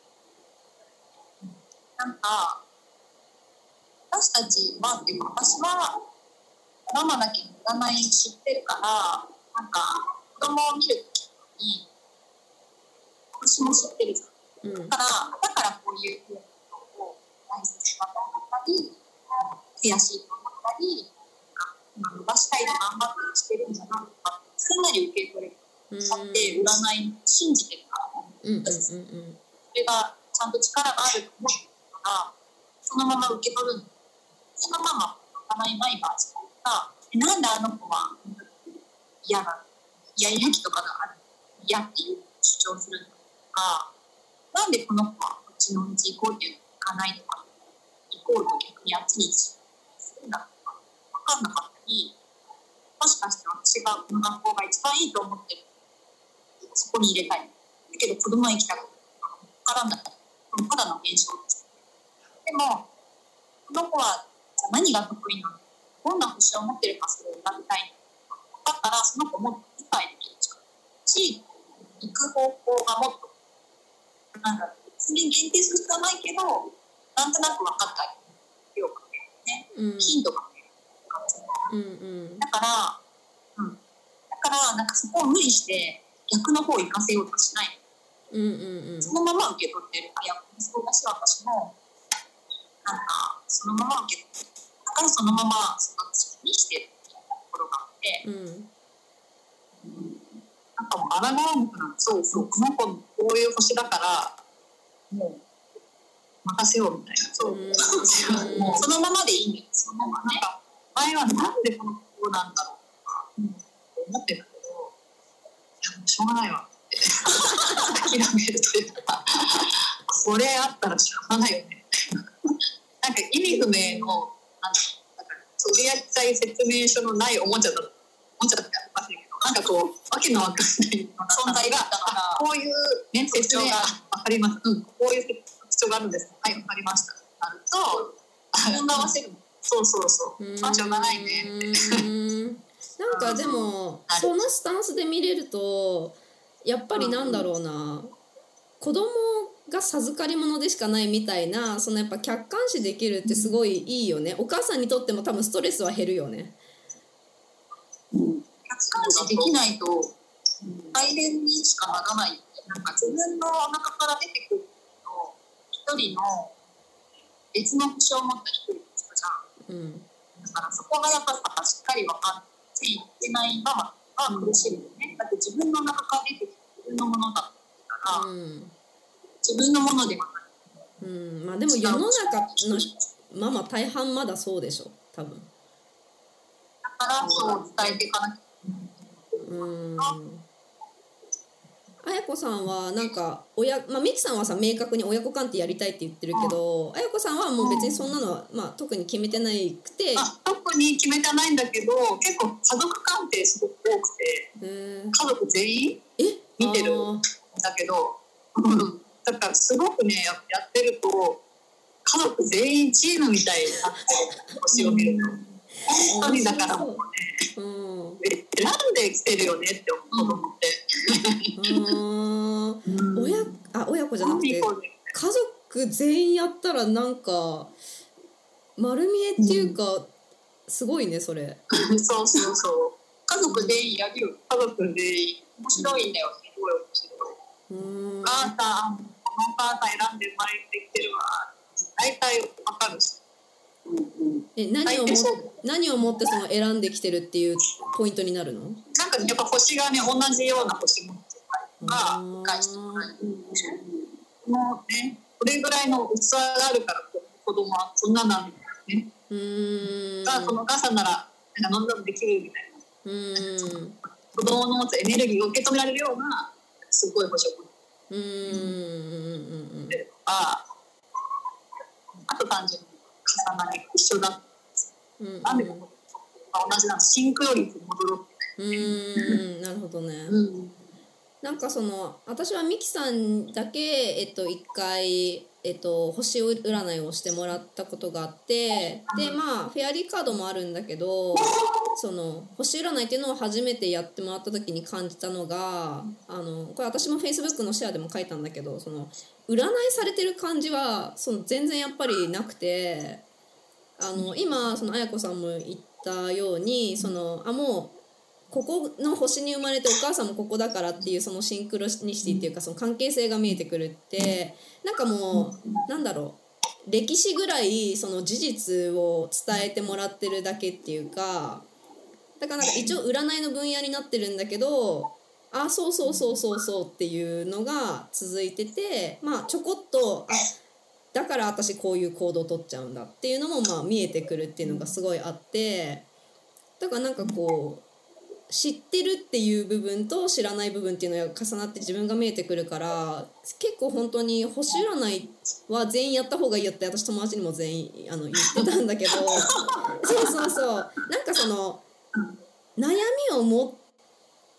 なんか私たちはっていうか私はママだけ占い知ってるからなんか子供を見るときに私も知ってるじゃん、うん、だからだからこういうことを大切に思ったり悔しいと思ったり伸ばしたいと頑張ってしてるんじゃなくてすんなり受け取れるだって占い信じてるから、うんうんうんうん、それがちゃんと力があると思ってるからそのまま受け取るのそのまま占い毎晩してるからなんであの子は嫌なイヤイヤ期とかがある嫌っていう主張するのとかなんでこの子はこっちの道行こうっていうの行かないとか行こうと逆にあっちにするんだとか分かんなかったりもしかして私がこの学校が一番いいと思ってるそこに入れたいだけど子供は行きたくない分からないただの現象ですでもこの子は何が得意なの、どんな星を持ってるかそれを選びたいのだったら、その子も理解できるし、行く方向がもっとなんだろう、別に限定する必要はないけど、なんとなく分かったりよくね、うん、ヒントが見える感じ、うんうん、だから、うん、だからなんかそこを無理して逆の方を生かせようとしない、うんうんうん、そのまま受け取ってる。あ、いやそうだし、私もなんかそのまま受け取ってだからそのまま育つにしてるみたいなところがあって、うんうん、なんかもう抗わなくなる。そうそう、この子こういう星だからもう任せようみたいな。そう、うん、もうそのままでいいんだよ。そのままね。なんか前はなんでこの子なんだろうとか、うん、思ってたけど、いやもうしょうがないわって諦めるというか、これあったらしょうがないよね。なんか意味不明のなんか取り扱い説明書のないおもちゃだった。おもちゃだっておかしいけど、なんかこうわけのわかんない存在があったから、こういうね説明がわかります。うん、こういう特徴があるんです。はい、わかりました。なると、自分が合わせる。そうそうそう。まあしょうがないねって。 なんかでもそのスタンスで見れるとやっぱりなんだろうな、子供が授かり物でしかないみたいな、そのやっぱ客観視できるってすごいいいよね。お母さんにとっても多分ストレスは減るよね。 客観視できないと大変にしかならない。なんか自分のお腹から出てくると一人の別の星を持った一人の人じゃん、うん、だからそこがやっぱしっかり分かっていってないままは苦しいよね、うん、だって自分の中から出てきて自分のものだったから、うん、自分のものではない、 うん、まあでも世の中のママ大半まだそうでしょ多分。 だからそう伝えていかなきゃいけない。 うん、あやこさんはなんか親、まあ、みきさんはさ明確に親子鑑定やりたいって言ってるけど、あやこさんはもう別にそんなのは、まあ、特に決めてないくて、 あ特に決めてないんだけど結構家族鑑定すごく多くて、家族全員見てるんだけどだからすごくね や, やってると家族全員チームみたいになって星を見ると本当にだからもうね、うん、選んできてるよねって思うと思ってうん親, あ親子じゃなくて家族全員やったらなんか丸見えっていうか、うん、すごいねそれそうそうそう家族全員やるよ。家族全員面白いんだよ。すごい面白い。うん、お母さんこのお母さん選んで生まれてきてるわ大体わかるし、 うんうん、え 何, をも何をもってその選んできてるっていうポイントになるの？ なんかやっぱ星がね同じような星持ってたりとか返してもらえる、うん、もうねこれぐらいの器があるから子供はそんななんですね。うーんだからそのお母さんならなんか飲んだのできるみたいな、うーん子供の持つエネルギーを受け止められるようなすごい星を持ってる、うんうんうん、でああと単純に重なり一緒だったんです、うんうん、なんでここ同じなのシンクロ率に戻ろうって、ね、うーんなるほどね、うん、なんかその私はミキさんだけ、えっと、一回、えっと、星占いをしてもらったことがあってでまあフェアリーカードもあるんだけどその星占いっていうのを初めてやってもらった時に感じたのがあのこれ私も Facebook のシェアでも書いたんだけどその占いされてる感じはその全然やっぱりなくてあの今その綾子さんも言ったようにそのあもうここの星に生まれてお母さんもここだからっていうそのシンクロニシティっていうかその関係性が見えてくるってなんかもうなんだろう歴史ぐらいその事実を伝えてもらってるだけっていうかだからなんか一応占いの分野になってるんだけどあそうそうそうそうそうっていうのが続いててまあちょこっとあだから私こういう行動を取っちゃうんだっていうのもまあ見えてくるっていうのがすごいあってだからなんかこう知ってるっていう部分と知らない部分っていうのが重なって自分が見えてくるから結構本当に星占いは全員やった方がいいよって私友達にも全員あの言ってたんだけどそうそうそうなんかその悩みを持っ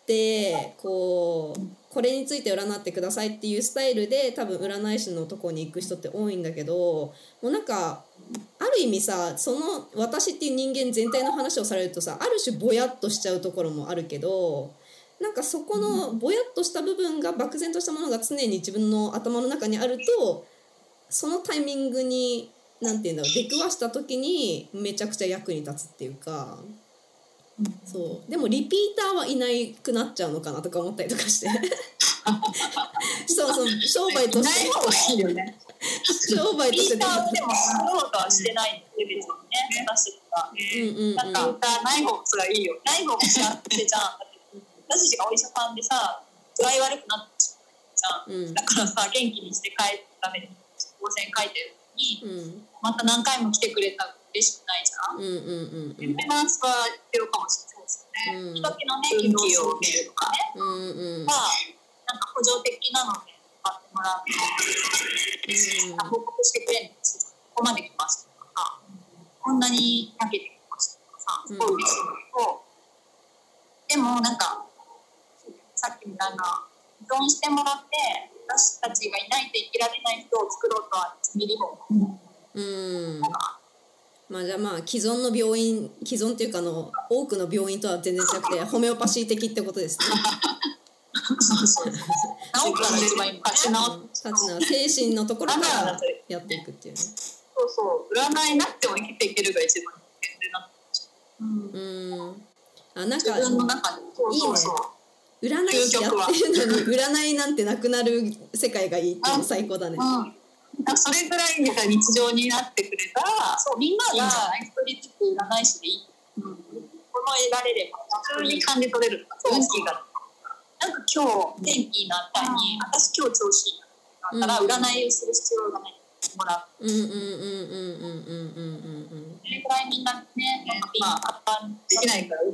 ってこうこれについて占ってくださいっていうスタイルで多分占い師のとこに行く人って多いんだけど、もうなんかある意味さ、その私っていう人間全体の話をされるとさ、ある種ぼやっとしちゃうところもあるけど、なんかそこのぼやっとした部分が漠然としたものが常に自分の頭の中にあると、そのタイミングになんていうんだろう、出くわした時にめちゃくちゃ役に立つっていうか、そうでもリピーターはいなくなっちゃうのかなとか思ったりとかしてそうそう、商売としてない方がいいよね。 商売としてリピーターでも作ろうとはしてないんで、別にね、私たちが、 うんうんうん、 なんかリピーターない方がいいよ。ない方が幸せじゃん。私たちがお医者さんでさ、具合悪くなってしまうじゃん、うん、だからさ、元気にして帰るために当選書いてるのに、うん、また何回も来てくれたら嬉しくないじゃん。うんうんうんうん、メンテナンスは必要かもしれないですよね。人気のね、運気を見るとかね、うんうん、まあなんか補助的なので買ってもらうと、うん、報告してくれるんですよ。ここまで来ましたとか、こんなに焼けてきましたとかさ、すごい嬉しいのと、でもなんかさっきみたいな依存してもらって私たちがいないと生きられない人を作ろうとはいちミリも、うん、 まあじゃあまあ既存の病院、既存っていうかの多くの病院とは全然違くてホメオパシー的ってことですね。 そうそうそう。治ったら一番いい。立ち直って、 精神のところからやっていくっていうね。 そうそう。占いなくても生きていけるが一番いいな。 うん。うん。あ、なんか自分の中でそうそうそう。 いいね。占い師やってるのに占いなんてなくなる世界がいいっていうの最高だね。 うん。それぐらい日常になってくれたら、そうみんなが一人ずつ占い師でいい。うん。この得られれば普通に感じ取れるとか、運気が。なんか今日天気いいなみたいに、私今日調子いいなだったら占いをする必要がないもらう。うんうんうんうんうんうんうん。それぐらいみんなね、なんかピンカンできないから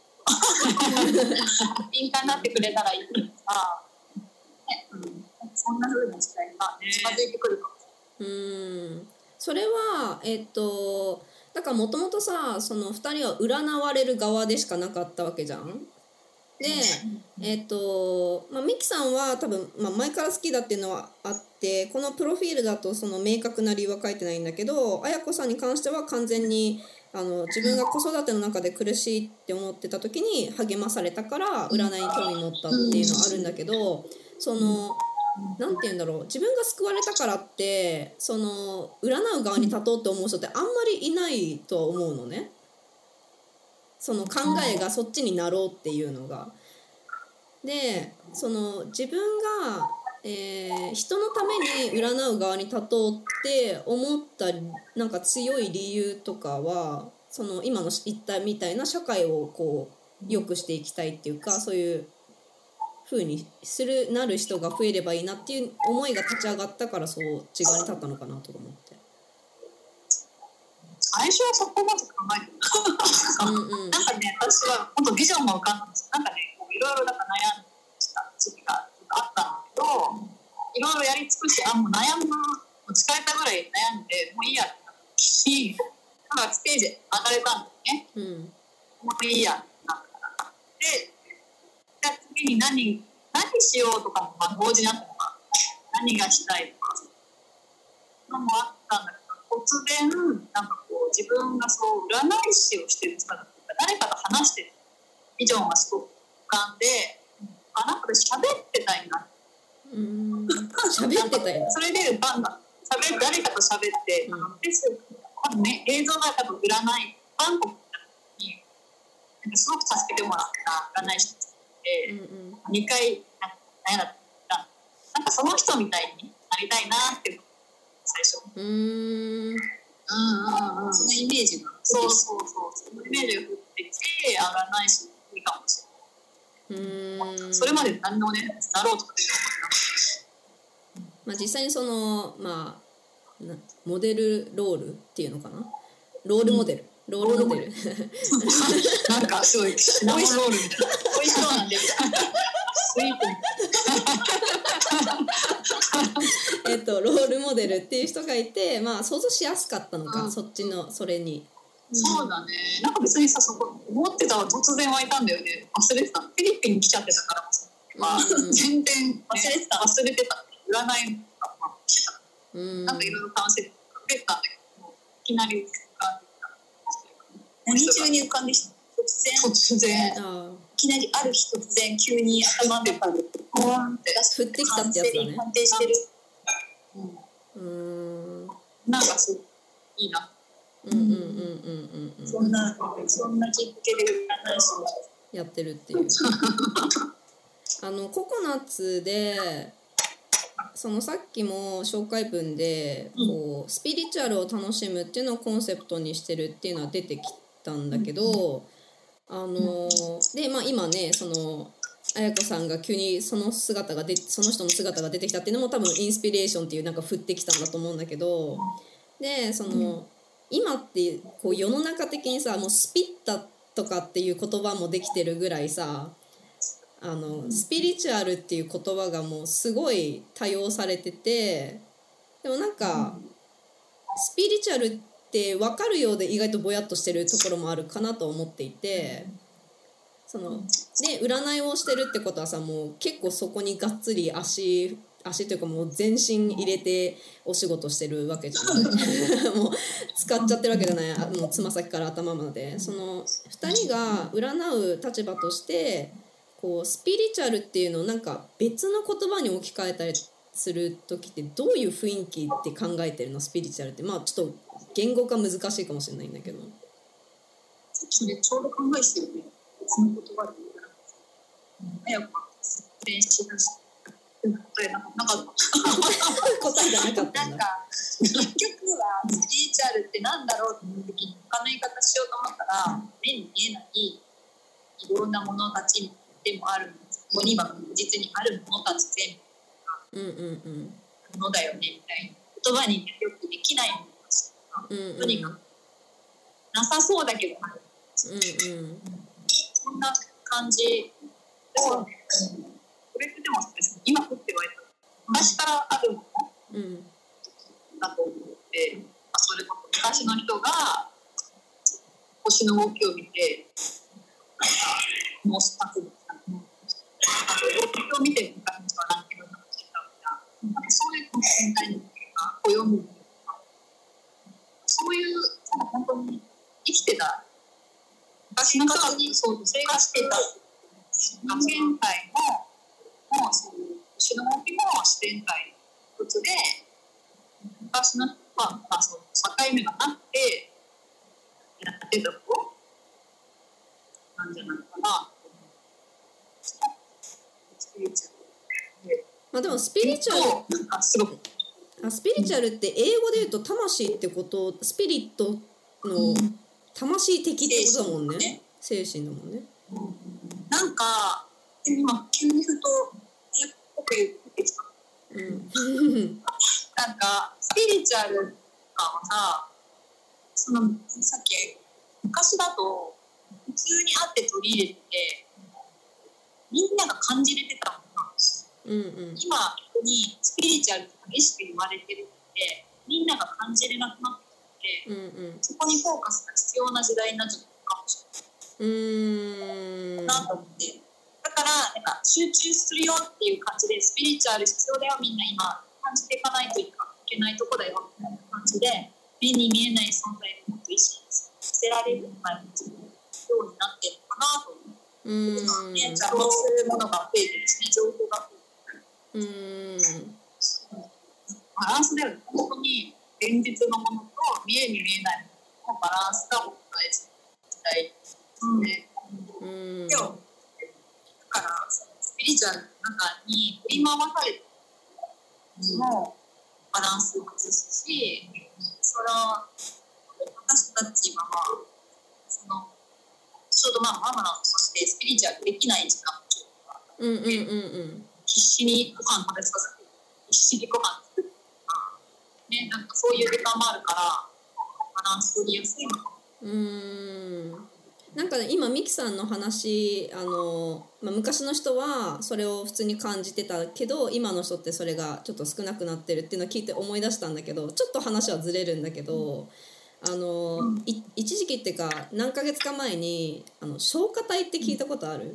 ピンカンになってくれたらいいけどさ、ね、うん、そんな風な時代が近づいてくるかもしれない。 うん。それはえっとだからもともとさ、そのふたりは占われる側でしかなかったわけじゃん。で、えっとまあ、ミキさんは多分、まあ、前から好きだっていうのはあって、このプロフィールだとその明確な理由は書いてないんだけど、綾子さんに関しては完全にあの自分が子育ての中で苦しいって思ってた時に励まされたから占いに興味持ったっていうのはあるんだけど、そのなんて言うんだろう、自分が救われたからってその占う側に立とうって思う人ってあんまりいないとは思うのね。その考えがそっちになろうっていうのが。でその自分が、えー、人のために占う側に立とうって思ったなんか強い理由とかは、その今の言ったみたいな社会をこう良くしていきたいっていうか、そういう風にするなる人が増えればいいなっていう思いが立ち上がったから、そう違いに立ったのかなとか思って。 最初はそこまで考えてなうん、うん、なんかね、私は本当ビジョンも浮かんだんですよ。なんかね、いろいろなんか悩んでた時期があったんだけど、いろいろやり尽くして、あ、もう悩む、もう疲れたぐらい悩んで、もういいやってなった時に、なんかステージ上がれたんだよね。うん、もういいやってなったから。で、じゃあ次に何、何しようとかも、まあ、同時にあったのか、何がしたいとか、のもあったんだけど、突然なんかこう自分がそう占い師をしてる人だとか誰かと話してるビジョンがすごく浮かんで、あ、なんかで喋ってたいな、 うーん喋ってたいなそれでバンバン喋る、誰かと喋って、うん、あのフェス多分ね、映像が多分占いバンコクになんかすごく助けてもらった占い師で、うんうん、にかいなんかなんかその人みたいになりたいなって最初。うーん。うんうんうん。そのイメージが。そうそうそう。そのイメージが降ってきて、占い師いいかもしれない。うーん。それまで何のね、なろうとかって思ってなかった。 まあ実際にそのまあモデルロールっていうのかな。ロールモデル。うん、ロールモデル。 なんかすごいシナモンロールみたいな。美味しそうなんでみたいな。スイート。 えっとロールモデルっていう人がいて、まあ想像しやすかったのか、うん、そっちのそれにそうだね。なんか別にさ、そこ思ってたら突然湧いたんだよね。忘れてた。フィリピン来ちゃってたからさ、まあ、うん、全然忘れてた忘れてた。占いとかまあしてた。うん、なんかいろいろ楽しんでくれたんだけど、いきなり浮かんできた。何中に浮かんできた。突然突然。いきなりある日突然急に頭の中でポワンって降ってきたってやつだね。 判定してる。 うん。 なんかそういいな。 うんうんうんうんうん。 そんなそんなきっかけで占い師をやってるっていう。あのココナッツでそのさっきも紹介文でこうスピリチュアルを楽しむっていうのをコンセプトにしてるっていうのは出てきたんだけど、あのでまあ今ねその綾子さんが急にその姿がでその人の姿が出てきたっていうのも多分インスピレーションっていうなんか降ってきたんだと思うんだけど、でその今ってこう世の中的にさもうスピッタとかっていう言葉もできてるぐらいさ、あのスピリチュアルっていう言葉がもうすごい多用されてて、でもなんかスピリチュアルって分かるようで意外とぼやっとしてるところもあるかなと思っていて、そので占いをしてるってことはさもう結構そこにがっつり足足というかもう全身入れてお仕事してるわけじゃないもう使っちゃってるわけじゃない、あのつま先から頭まで。そのふたりが占う立場としてこうスピリチュアルっていうのをなんか別の言葉に置き換えたりする時ってどういう雰囲気って考えてるの？スピリチュアルって。まあちょっと言語化難しいかもしれないんだけど、 それちょうど考えしてるね。別の言葉で言うから早く説明しだして答えなかった答えじゃなかったんだ。 なんか結局はスピリチュアルってなんだろうっていう時に他の言い方しようと思ったら目に見えないいろんなものたちでもあるんです。ここには確実にあるものたち全部がものだよねみたいな言葉によくできないものたちとか、うんうん、とにかくなさそうだけどある、うんうん、そんな感じを、うん、これってでも今降ってはいた昔からあるものだと思って、うん、それこそ昔の人が星の動きを見てもう一つ動きを見て昔の人は何ていうのか知ったみたいな、そういうの全体に暦むとかそういう本当に生きてた昔の人にそう生活してた現代ももうそういう星の動きも自然界一つで昔の人は、まあ、その境目がなくてやってたことなんじゃないかな。スピリチュアル、 まあ、でもスピリチュアルあすごくあスピリチュアルって英語で言うと魂ってこと、スピリットの魂的ってことだもんね。精神だもんね。 なんか今急にふとえっぽく言ってきた、うん、なんかスピリチュアルとかはさ、そのさっき昔だと普通にあって取り入れててみんなが感じれてたものなんです、うんうん、今ここにスピリチュアルって激しく言われてるってみんなが感じれなくなってきて、うんうん、そこにフォーカスが必要な時代になっちゃったかもしれない、うーんなと思って、だからなんか集中するよっていう感じでスピリチュアル必要だよみんな今感じていかないといけないとこだよみたいな感じで目に見えない存在をもっと意識してられるようになってるのかなと思う。うん、ね、邪魔するものが増えてるしね、情報が増えてる。うん、バランスだよね。本当に現実のものと見えに見えないもののバランスが大事な時代ですね。うん、でもだからスピリチュアルの中に振り回されてもバランスを崩すし、それは私たちはまあそのちょうどまあママなのとしてスピリチュアルできない時間もちょっとあって、うんうんうんうん、必死にご飯食べさせて必死にご飯作るとかね、なんかそういう時間もあるからバランス取りやすいのかも。うーんなんか、ね、今ミキさんの話あの、まあ、昔の人はそれを普通に感じてたけど今の人ってそれがちょっと少なくなってるっていうのを聞いて思い出したんだけど、ちょっと話はずれるんだけど、 あの、うん、い一時期っていうか何ヶ月か前にあの消化体って聞いたことある？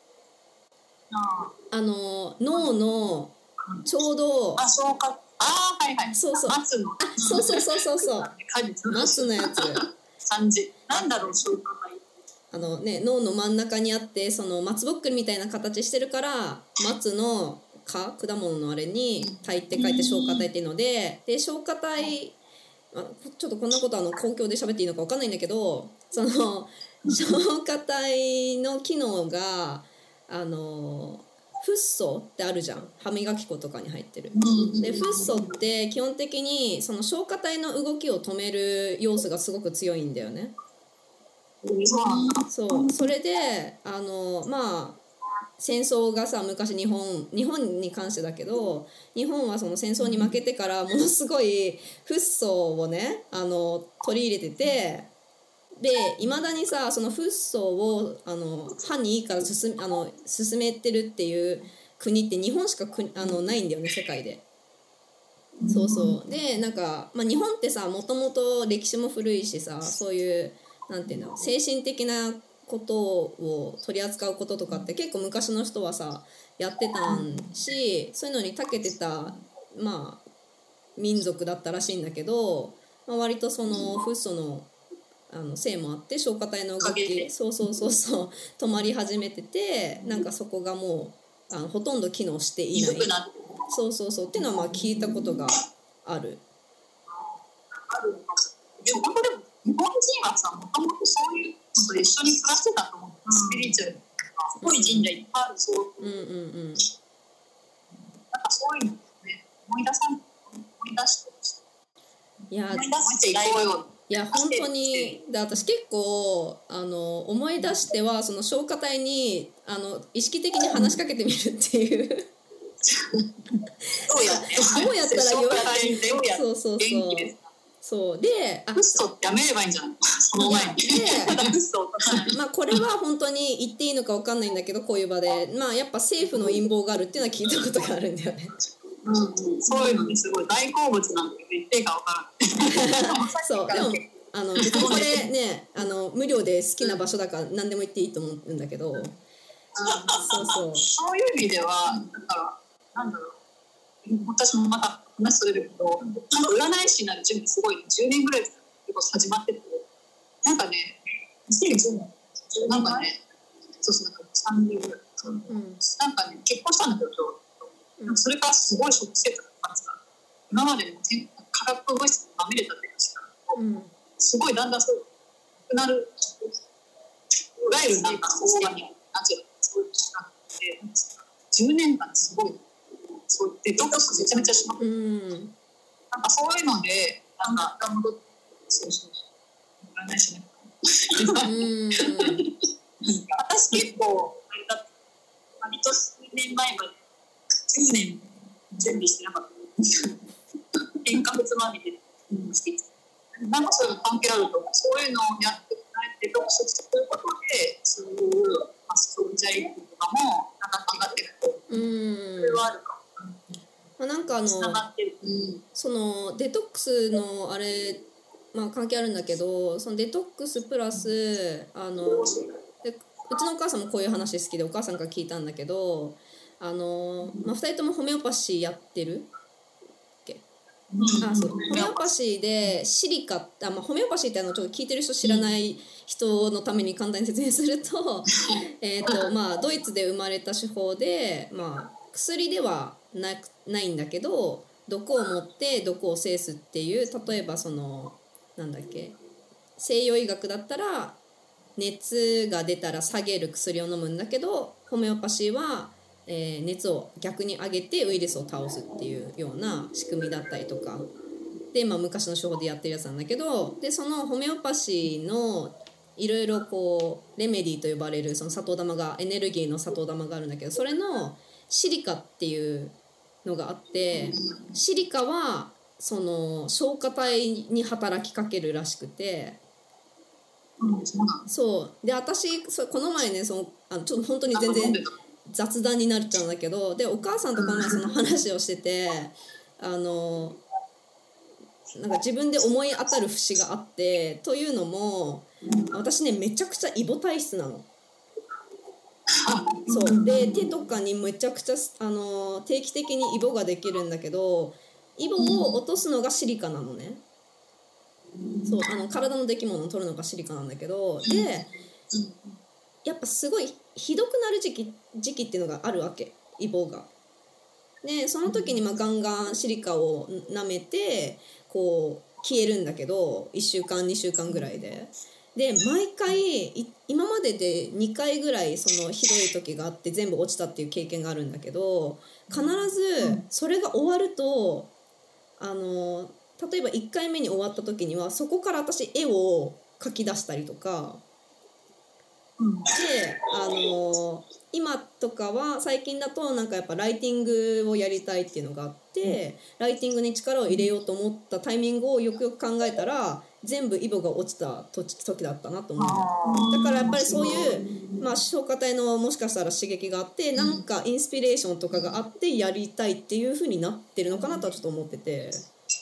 ああの脳のちょうどあ消化あはいはいそうそう松のあそうそうそうそうそう松のやつ感じなんだろう消化体あのね脳の真ん中にあってその松ぼっくりみたいな形してるから松の果果物のあれに体って書いて消化体っていうのでで消化体あちょっとこんなことあの公共で喋っていいのか分かんないんだけどその消化体の機能があのフッ素ってあるじゃん歯磨き粉とかに入ってるでフッ素って基本的にその消化体の動きを止める要素がすごく強いんだよね。そうそれであのまあ戦争がさ昔日本日本に関してだけど日本はその戦争に負けてからものすごいフッ素をねあの取り入れててでいまだにさそのフッ素をあの歯にいいから進あの進めてるっていう国って日本しかくあのないんだよね世界で。そうそうでなんか、まあ、日本ってさもともと歴史も古いしさそういうなんていうの精神的なことを取り扱うこととかって結構昔の人はさやってたんしそういうのに長けてたまあ民族だったらしいんだけど、まあ、割とそのフッ素のあのせいもあって消化体の動きそうそうそうそう止まり始めててなんかそこがもうあのほとんど機能していないそうそうそうっていうのはまあ聞いたことがある。 あるでも本当でも日本人はさもともとそういうのと一緒に暮らしてたと思う、うん、スピリチュアルとかすごい神社いっぱいあるそう、うんうんうん、なんかそういうのね思い出さん思い出してほしい。いや思い出していこうよ。 いや本当にで私結構あの思い出してはその消化体にあの意識的に話しかけてみるっていうどうやってどうやったら言わないそうそうそうそうであフッ素ってやめればいいんじゃないその前にでまあこれは本当に言っていいのか分かんないんだけどこういう場でまあやっぱ政府の陰謀があるっていうのは聞いたことがあるんだよねうんうん、そういうのにすごい大好物なんだけど言っていいか分からないそうでもあの別にこれねあの無料で好きな場所だから何でも言っていいと思うんだけど、うん、そうそうそういう意味ではだからなんだろう私もまた話するけど占い師になる準備すごいじゅうねんぐらい結構始まっててなんかねにせんじゅうねんなんかねそうそうなんかさんねんぐらい、うん、なんかね結婚したんだけどうん、それからすごい食生活が変わってた今までも化学物質にまみれたっていうかした、うん、すごいだんだんそうなくなるいわゆるなんかオーガニックナチュラルそういうのがあってじゅうねんかんすごいそういうデトックスめちゃめちゃしまくって、うん、なんかそういうのでなんか戻ってそうそうそう占いしなくてうん私結構あれだった割と数年前までじゅうねん準備してなかった添加物まみれしてなんかそういうの関係あると思うそういうのをやってデトックスすることでそういうマスクジャリとかもなんか考えてるとうんそれはあるかも、 まあ、なんかあの、うん、そのデトックスのあれ、まあ、関係あるんだけどそのデトックスプラスあのでうちのお母さんもこういう話好きでお母さんから聞いたんだけどあのまあ、ふたりともホメオパシーやってるっけ、うん、あそうホメオパシーでシリカあ、まあ、ホメオパシーってあのちょっと聞いてる人知らない人のために簡単に説明するとえと、まあ、ドイツで生まれた手法で、まあ、薬では な, ないんだけど毒を持って毒を制すっていう例えばそのなんだっけ西洋医学だったら熱が出たら下げる薬を飲むんだけどホメオパシーはえー、熱を逆に上げてウイルスを倒すっていうような仕組みだったりとかで、まあ、昔の手法でやってるやつなんだけどでそのホメオパシーのいろいろこうレメディと呼ばれるその砂糖玉がエネルギーの砂糖玉があるんだけどそれのシリカっていうのがあってシリカはその消化体に働きかけるらしくてそうで私この前ねそのあのちょっと本当に全然雑談になっちゃうんだけどでお母さんとこの前その話をしててあのなんか自分で思い当たる節があって、というのも私ねめちゃくちゃイボ体質なの。そうで手とかにめちゃくちゃあの定期的にイボができるんだけど、イボを落とすのがシリカなのね。そうあの体の出来物を取るのがシリカなんだけど、でやっぱすごいひどくなる時期時期っていうのがあるわけ、イボが。でその時にまあガンガンシリカを舐めてこう消えるんだけど、いっしゅうかんにしゅうかんぐらいで。で毎回今まででにかいぐらいそのひどい時があって全部落ちたっていう経験があるんだけど、必ずそれが終わるとあの例えばいっかいめに終わった時にはそこから私絵を描き出したりとかで、あの今とかは最近だとなんかやっぱライティングをやりたいっていうのがあって、ライティングに力を入れようと思ったタイミングをよくよく考えたら全部イボが落ちた時だったなと思う。だからやっぱりそういう、まあ、消化体のもしかしたら刺激があってなんかインスピレーションとかがあってやりたいっていう風になってるのかなとはちょっと思ってて、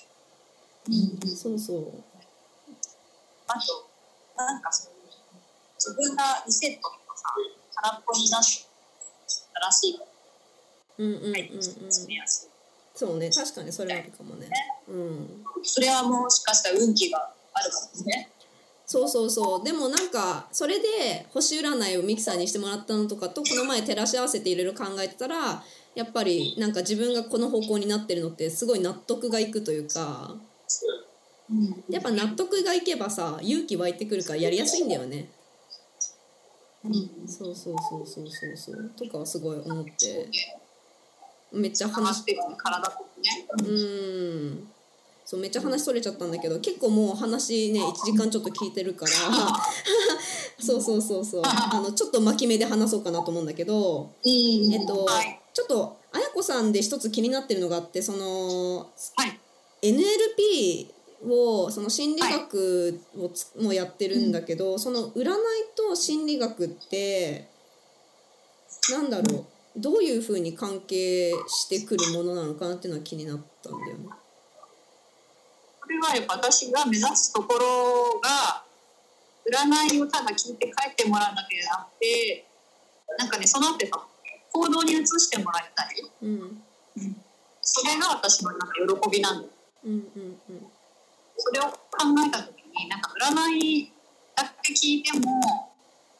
そうそう。 あとなんかそういう自分がリセットとかさ空っぽになって新しいうんうんうんうん、そうね、確かにそれはあるかもね、うん、 それはもしかしたら運気があるかもね。 そうそうそう。でもなんかそれで星占いをミキさんにしてもらったのとかとこの前照らし合わせていろいろ考えてたら、やっぱりなんか自分がこの方向になってるのってすごい納得がいくというか、やっぱ納得がいけばさ勇気湧いてくるからやりやすいんだよね。うん、そうそうそうそうそうそうとかはすごい思って、めっちゃ話してる体とね、うんそうめっちゃ話それちゃったんだけど、結構もう話ねいちじかんちょっと聞いてるからそうそうそうそうあのちょっと巻き目で話そうかなと思うんだけど、えっとちょっとあやこさんで一つ気になってるのがあって、その、はい、エヌエルピーをその心理学をつ、はい、もやってるんだけど、うん、その占いと心理学ってなんだろう、どういうふうに関係してくるものなのかなっていうのは気になったんだよね。 これはやっぱ私が目指すところが占いをただ聞いて帰ってもらうだけじゃなくて、なんかねその後行動に移してもらいたい、うんうん、それが私のなんか喜びなんだよ、うんうんうん、それを考えた時になんか占いだけ聞いても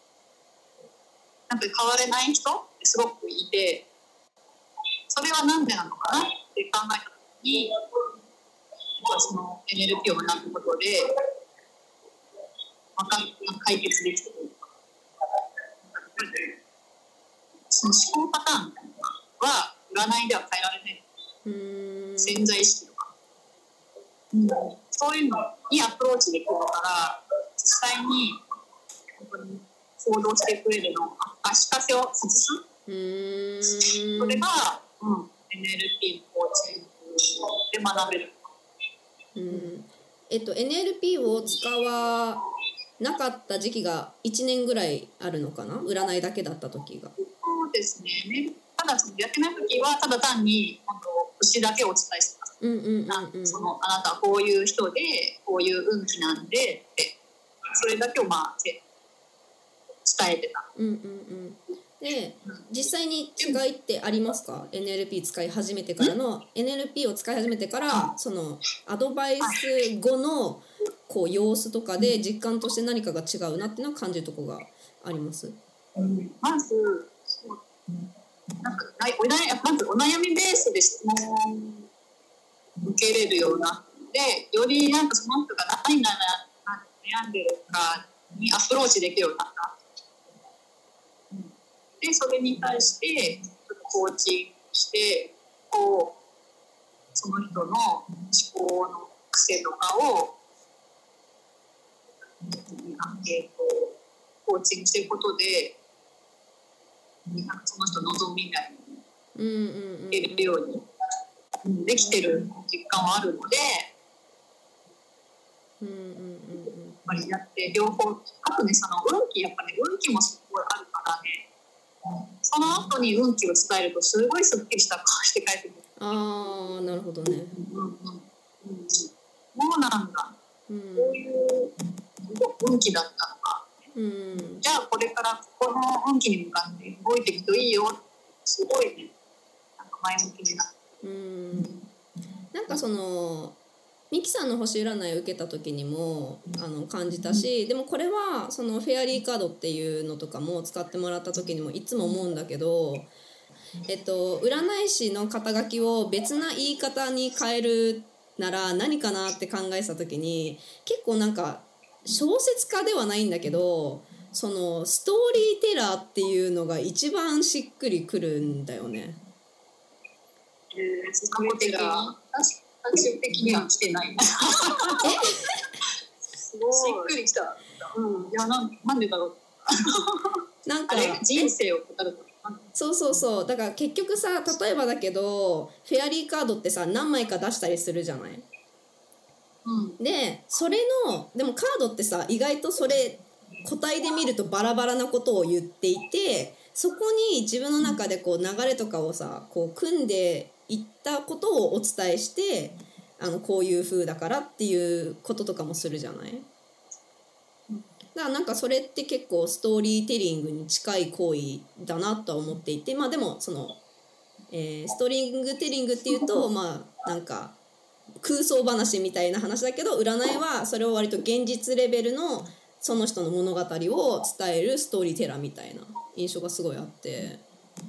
なんか変われない人ってすごくいて、それはなんでなのかなって考えた時にその エヌエルピー を学ぶことで解決できてくる。その思考パターンみたいなのは占いでは変えられない。うーん潜在意識とか、うん、そういうのにアプローチできるから実際に本当に行動してくれるの足かせを外す。うーんそれが、うん、エヌエルピー のコーチングで学べる。 うんえっと、エヌエルピー を使わなかった時期がいちねんぐらいあるのかな、占いだけだった時が。 そうですね。ただそのやってない時はただ単に星だけをお伝えしてます、うんうんうんうん、そのあなたはこういう人でこういう運気なんでってそれだけをまあ伝えてた、うんうんうんで実際に違いってありますか？ エヌエルピー 使い始めてからの エヌエルピー を使い始めてからそのアドバイス後のこう様子とかで実感として何かが違うなっていうのは感じるところがあります？ うん、まずなんかまずお悩みベースで質問を受けれるようなでよりなんかその人が何に悩んでるかにアプローチできるようになった。でそれに対してコーチングしてこうその人の思考の癖とかを、えー、とコーチングしていくことでなんかその人の望みみたいにいけるようにできてる実感はあるので、うんうんうんうん、やっぱりやって両方あとねその運気やっぱね運気もすごいあるからね。その後に運気を伝えるとすごいすっきりした顔して帰ってくる。 ああ、なるほどね。 うんうんうん、 そうなんだ、 うん、 こういう運気だったのか、 うん、 じゃあこれからこの運気に向かって動いていくといいよ、すごいね、なんか前向きになって、うん、 なんかそのミキさんの星占いを受けた時にもあの感じたし、でもこれはそのフェアリーカードっていうのとかも使ってもらった時にもいつも思うんだけど、えっと、占い師の肩書きを別な言い方に変えるなら何かなって考えた時に、結構なんか小説家ではないんだけど、そのストーリーテラーっていうのが一番しっくりくるんだよね。 えー、ストーリーテラー最終的には来てないすごいしっくりきた、うん、いや な, なんでだろうなんか人生を語ると、 そうそうそう、だから結局さ、例えばだけどフェアリーカードってさ何枚か出したりするじゃない、うん、でそれのでもカードってさ意外とそれ個体で見るとバラバラなことを言っていて、そこに自分の中でこう流れとかをさこう組んでいったことをお伝えして、あのこういう風だからっていうこととかもするじゃない。だからなんかそれって結構ストーリーテリングに近い行為だなとは思っていて、まあでもその、えー、ストーリングテリングっていうとまあなんか空想話みたいな話だけど、占いはそれを割と現実レベルのその人の物語を伝えるストーリーテラーみたいな印象がすごいあって、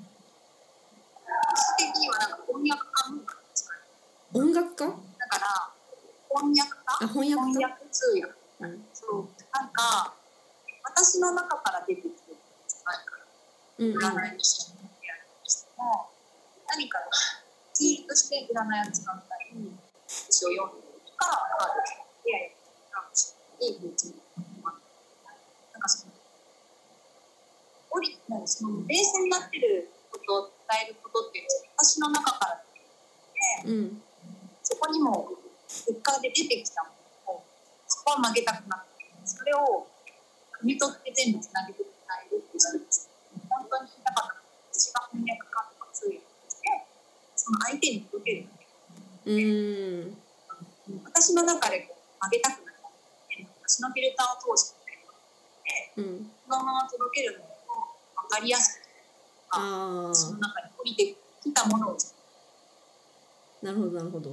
私的にはなんか翻訳家の音楽家だから翻訳家、 あ翻訳家、 翻訳通訳、うん、そうなんか私の中から出てきてるんじゃないから、うんうん、占いにしてもやるにしても何かツイートして占いを使ったり詩を読んだりとかカードを使ってやりたり別になんかそのオリもうそのベースになってることを伝えることっていうのは私の中から出てきて、うん、そこにも結果で出てきたものをそこは曲げたくなってそれを汲み取って全部つなげて伝えるっていうのです本当にだから私が翻訳家とか通訳してその相手に届けるだけで、うん、私の中でこう曲げたくなって私のフィルターを通してで、うん、そのまま届けるのを分かりやすくあその中に降りてきたものをなるほどなるほど。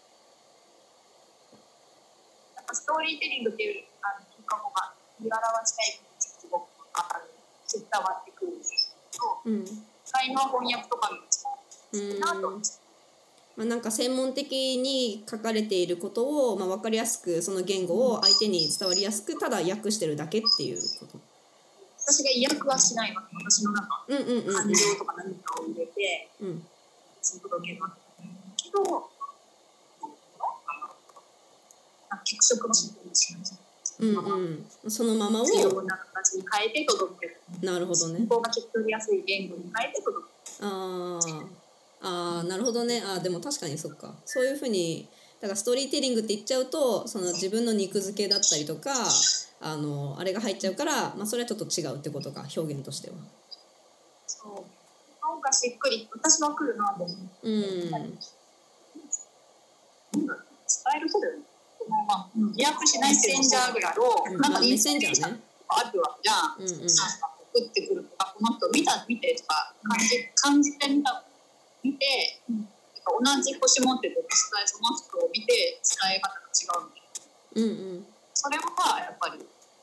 なんかストーリーテリングっていうあの過去が見表したい気持ちすごくある伝わってくるんですけど、うん、才能翻訳とかの違うなと思って。 まあ、なんか専門的に書かれていることを、まあ、分かりやすくその言語を相手に伝わりやすくただ訳してるだけっていうこと。 私が意訳はしないわけ。私の中、うんうんうんうん、感情とか何かを入れて、うん、その届けますけど、脚色もしないしない。 うんうん、そのままを必要な形に変えて届ける。 なるほどね。 向こうが聞き取りやすい言語に変えて届ける。 ああ、なるほどね。あでも確かにそっか。そういうふうにだからストーリーテリングって言っちゃうとその自分の肉付けだったりとかあのあれが入っちゃうから、まあ、それはちょっと違うってことか表現としては。 そうなんかしっくり私は来るなと思って。うん。伝えることよね。まあ、予約しないメッセンジャーぐらいを、うん、なんかメッセンジャーね。あるわじゃあ、うんうん、なんか送ってくるとかこの人見た見てとか感じ感じてみた見て、うん、同じ星持ってて伝えその人を見て伝え方が違うんで、うんうん、それはやっぱり、うん、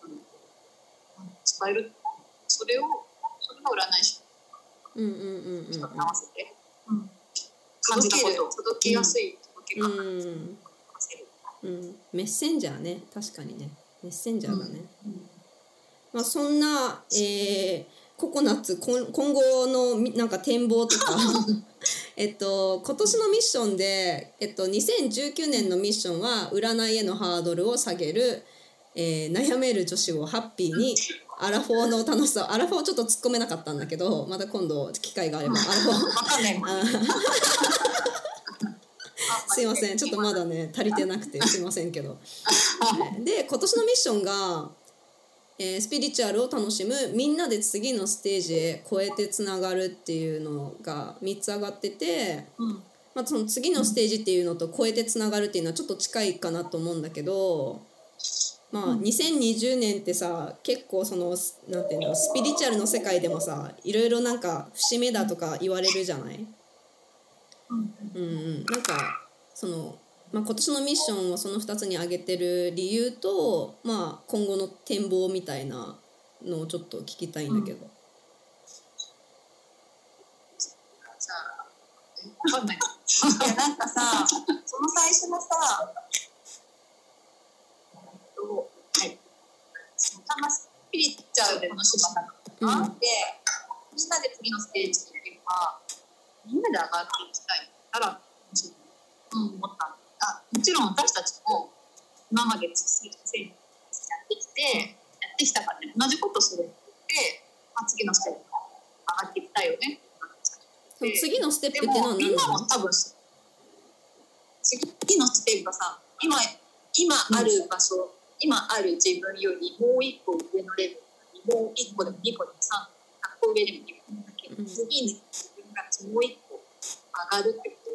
伝えるそれをそれが占い師うんうんうんうん、 人に合わせて、うん、感じたことを届けやすい届け方に、うんうんうん、メッセンジャーね確かにねメッセンジャーだね、うんうんまあ、そんな、えー、ココナッツ今後のなんか展望とかえっと今年のミッションで、えっと、にせんじゅうきゅうねんのミッションは占いへのハードルを下げる、えー、悩める女子をハッピーにアラフォーの楽しさアラフォーちょっと突っ込めなかったんだけどまた今度機会があればアラフォーすいませんちょっとまだね足りてなくてすいませんけどで今年のミッションが、えー、スピリチュアルを楽しむみんなで次のステージへ超えてつながるっていうのがみっつ上がってて、うんまあ、その次のステージっていうのと超えてつながるっていうのはちょっと近いかなと思うんだけど、まあ、にせんにじゅうねんってさ結構そのなんていうのスピリチュアルの世界でもさいろいろなんか節目だとか言われるじゃない。うんうん、なんかその、まあ、今年のミッションをそのふたつに挙げてる理由と、まあ、今後の展望みたいなのをちょっと聞きたいんだけど。 さあ分かんないいやなんかさその最初のさはい、そのスピリチュアルで楽しまなかったな、うん、でみんなで次のステージっていうかみんなで上がっていきたいから思ったんだ。あもちろん私たちも今まで実践やってきてやってきたからね同じことするって、まあ、次のステージ上がっていきたいよね。 次のステップってのは何なの？ みんなも多分次のステップがさ今今ある場所、うん、今ある自分よりもう一個上のレベルにもう一個でも二個でも三個上でもいいんだけど、うん、次に自分がもう一個上がるってこと、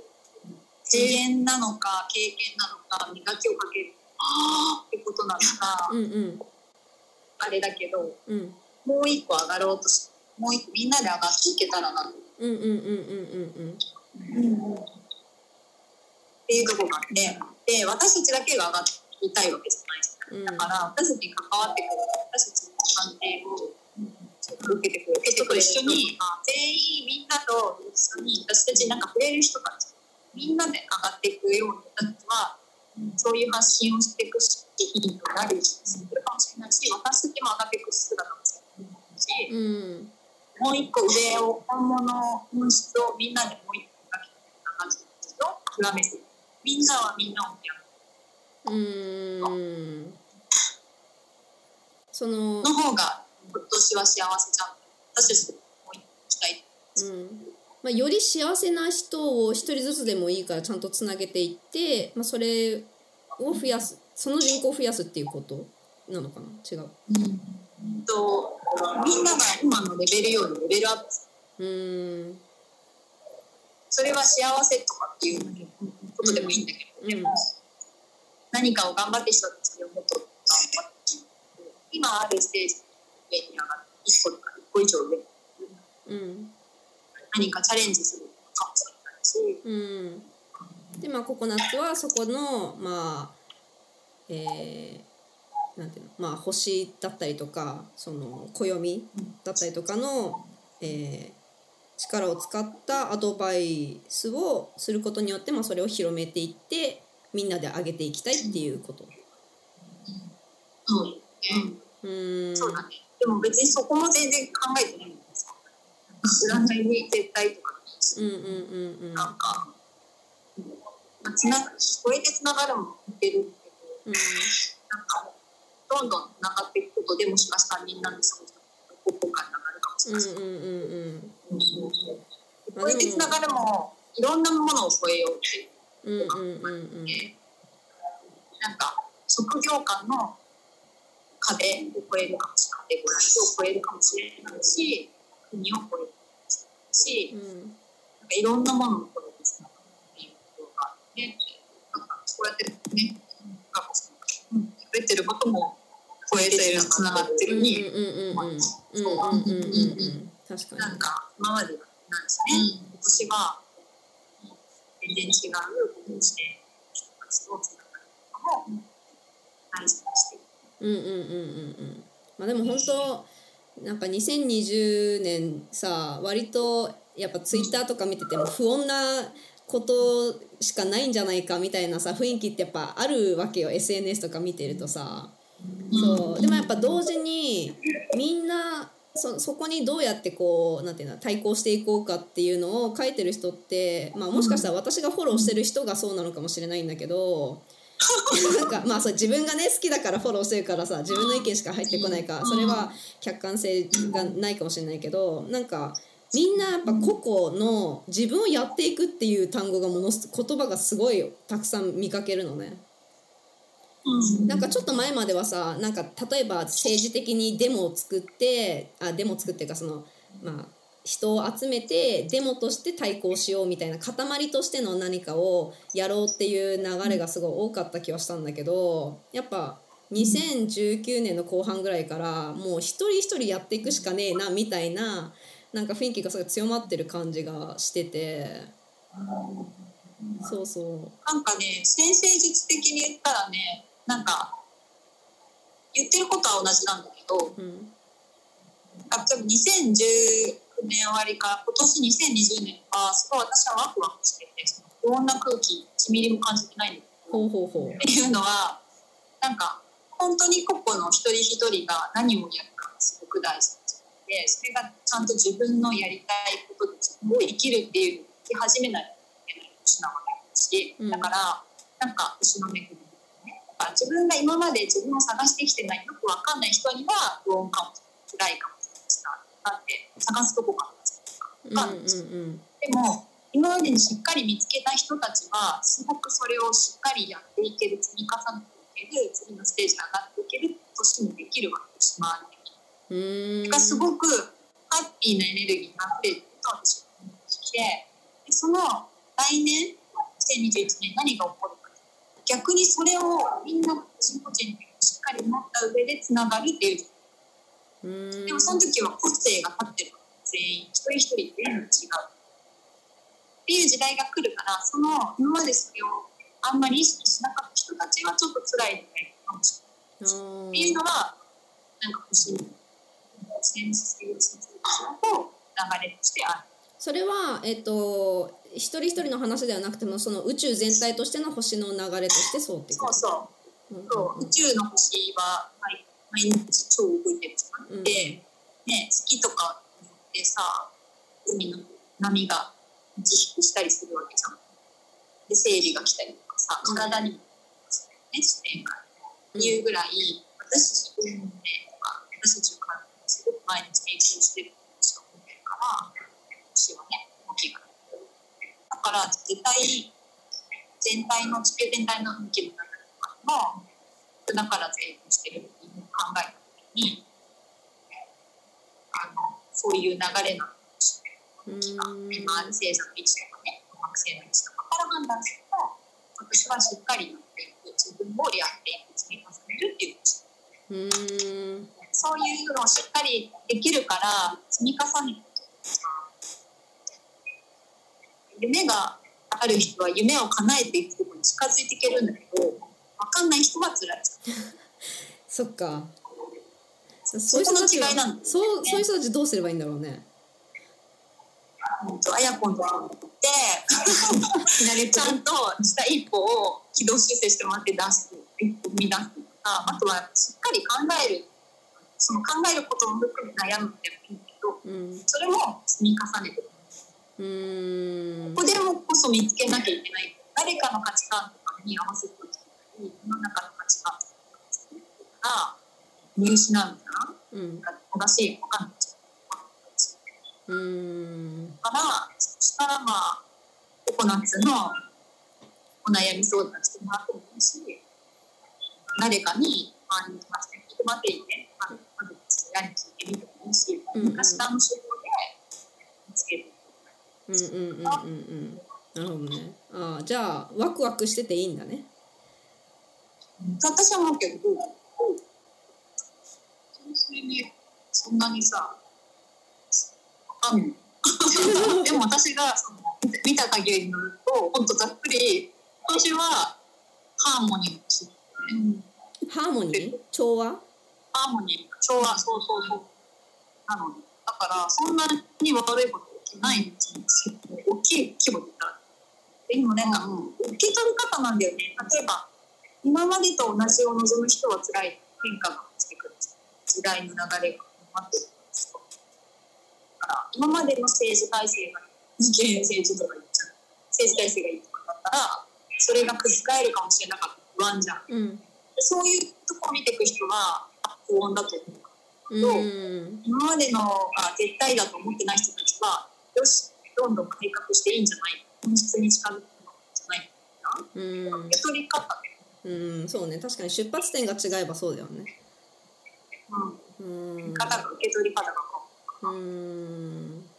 経験なのか経験なのか磨きをかけるってことなのか、うんうん、あれだけど、うん、もう一個上がろうとしてもう一個みんなで上がっていけたらなうんうんうんうんうんうんっていうところがあってで私たちだけが上がりたいわけじゃないですか、うん、だから私たちに関わってくる私たちの鑑定を、うん、受けてくれる人と一緒に全員みんなと一緒に私たちになんか触れる人たちみんなで上がっていくような人たちは、うん、そういう発信をしていくしヒントになるするかもしれないし私たちも上がっていく姿かもしれないし、うんもう一個上を本物の本質をみんなでもう一個かけて流してると極めてみんなはみんなをやるうーんそのの方が今年は幸せじゃん私たちもう一個したい、 うんまあ、より幸せな人を一人ずつでもいいからちゃんとつなげていって、まあ、それを増やすその人口を増やすっていうことなのかな違う、うんとみんなが今のレベルよりレベルアップするうんそれは幸せとかっていうことでもいいんだけど、うん、でも何かを頑張って人たちをもっと頑張って今あるステージの上に上がっていっことかいっこ以上上、うん、何かチャレンジするかもしれないし、 うん、でまあココナッツはそこのまあえーなんていうのまあ、星だったりとかその暦だったりとかの、えー、力を使ったアドバイスをすることによって、まあ、それを広めていってみんなで上げていきたいっていうこと。 そう、うん、うんそうだね。でも別にそこも全然考えてないんですよ。占いに絶対とかうんうんうんうんなんか、まあ、つなこれでつながるも似てるけど、うん、なんかどんどんつながっていくことでもしかしたらみんなのそういう方向感になるかもしれない。うんうんうんうん。これでつながるもいろんなものを超えようっていうのがあって、うんうんうんうん、なんか職業間の壁を超えるかもしれない、カテゴライズを超えるかもしれないし、国を超えるかもしれないし、うん、なんかいろんなものを超えてつながるっていうことがあって、なんかこうやってね、過去うん、喋ってることも超えてるつながってるになんか今までなんですね、うん、今年は全然違うことをして人たちとつながるとかも大事にしている。うんうんうんうんうんまあでも本当なんかにせんにじゅうねんさ割とやっぱツイッターとか見てても不穏なことしかないんじゃないかみたいなさ雰囲気ってやっぱあるわけよ エスエヌエス とか見てるとさそうでもやっぱ同時にみんな そ, そこにどうやってこうなんていうの対抗していこうかっていうのを書いてる人って、まあ、もしかしたら私がフォローしてる人がそうなのかもしれないんだけどなんかまあそう自分がね好きだからフォローしてるからさ自分の意見しか入ってこないからそれは客観性がないかもしれないけどなんかみんなやっぱ個々の自分をやっていくっていう単語がものす言葉がすごいたくさん見かけるのね。なんかちょっと前まではさなんか例えば政治的にデモを作ってあデモを作っていうかそのまあ人を集めてデモとして対抗しようみたいな塊としての何かをやろうっていう流れがすごい多かった気はしたんだけど、やっぱにせんじゅうきゅうねんの後半ぐらいからもう一人一人やっていくしかねえなみたいな、なんか雰囲気がすごい強まってる感じがしてて、そうそう、 なんかね、先生術的に言ったらね、なんか言ってることは同じなんだけど、うん、あでもにせんじゅうきゅうねん終わりから今年にせんにじゅうねんはすごい私はワクワクしてて、その不穏な空気いちミリも感じてないんだけど、ほうほうほうっていうのはなんか本当に個々の一人一人が何をやるかすごく大事で、それがちゃんと自分のやりたいことで自分を生きるっていう生き始めないといけない年なわけだし、うん、だからなんか牛の恵みね、だから自分が今まで自分を探してきてないよくわかんない人には不穏かも辛いかもしれないだって探すとこかもわかんないし、うんうんうん、でも今までにしっかり見つけた人たちはすごくそれをしっかりやっていける、積み重ねていける、次のステージに上がっていける年にできるわけです。周り的にがすごくハッピーなエネルギーがあふれていると私は思っていて、でその来年にせんにじゅういちねん何が起こるか、逆にそれをみんな個人個人でしっかり持った上でつながるっていう。うーん、でもその時は個性が立ってるから全員一人一人全部違うっていう時代が来るから、その今までそれをあんまり意識しなかった人たちはちょっと辛いのかもしれないっていうのはなんか欲しいセンスと流れとしてある。 それは、えっと、一人一人の話ではなくてもその宇宙全体としての星の流れとしてそうってこと。 そうそう、うんうんうん、そう宇宙の星は、はい、毎日超動いてるじゃん、うん、で、ね、月とかによってさ海の波が自粛したりするわけじゃん。で生理が来たりとかさ体にも、ね、視点がっていうぐらい、私たち運命とか私たちの体にすごく毎日影響してるとしか思ってるから星はね動きがだから絶対全体の地球全体の動きの中とかもだから影響してるっていうのを考えた時にあのそういう流れなのかもしれない。今星座の位置とかね惑星の位置とかから判断すると私はしっかりやっていく自分をやっていく積み重ねるっていううーんそういうのをしっかりできるから積み重ねる夢がある人は夢を叶えていくところに近づいていけるんだけど分かんない人は辛いそっかそういう人たちがそう、 そういう人たちどうすればいいんだろうね。 あやこんとかってちゃんとした一歩を軌道修正してもらって出す一歩踏み出すとか、あとはしっかり考えるその考えることも含め悩むってもいいけど、うん、それも積み重ねてる。うーんここでもこそ見つけなきゃいけない。誰かの価値観とかに合わせていきたり世の中の価値観とか見失うんだな、うん、正しい分かんないうん、だからそしたらまあココナッツのお悩み相談してもらってもいいし誰かに周りに話して聞いてもらっていいねあのやり聞いてみてもいいし昔からの手法で見つけるうんうんうんうんうんなるほどね。あじゃあワクワクしてていいんだね。 私は思うけどそれにそんなにさわかんないでも私がその見た限りによると本当ざっくり私はハーモニーを知って、 うん、ハーモニー調和ハーモニー調和そうそうそうなのでだからそんなに悪いこと起きないんですけど大きい規模で言ったらでもね、うん、受け取り方なんだよね。例えば今までと同じを望む人は辛い変化が起きてくる時代の流れが待ってるんですよ。だから今までの政治体制が二権政治とか言っちゃう政治体制がいいとかだったらそれが覆るかもしれなかった不安じゃん、うん、でそういうとこ見ていく人は不安だと思うけど、うん、今までのが絶対だと思ってない人たちはよしどんどん改革していいんじゃない本質に近づくのじゃないかな、うん、受け取り方で、うん、そうね確かに出発点が違えばそうだよね。 うん、うん、方が受け取り方が変わるから、うん、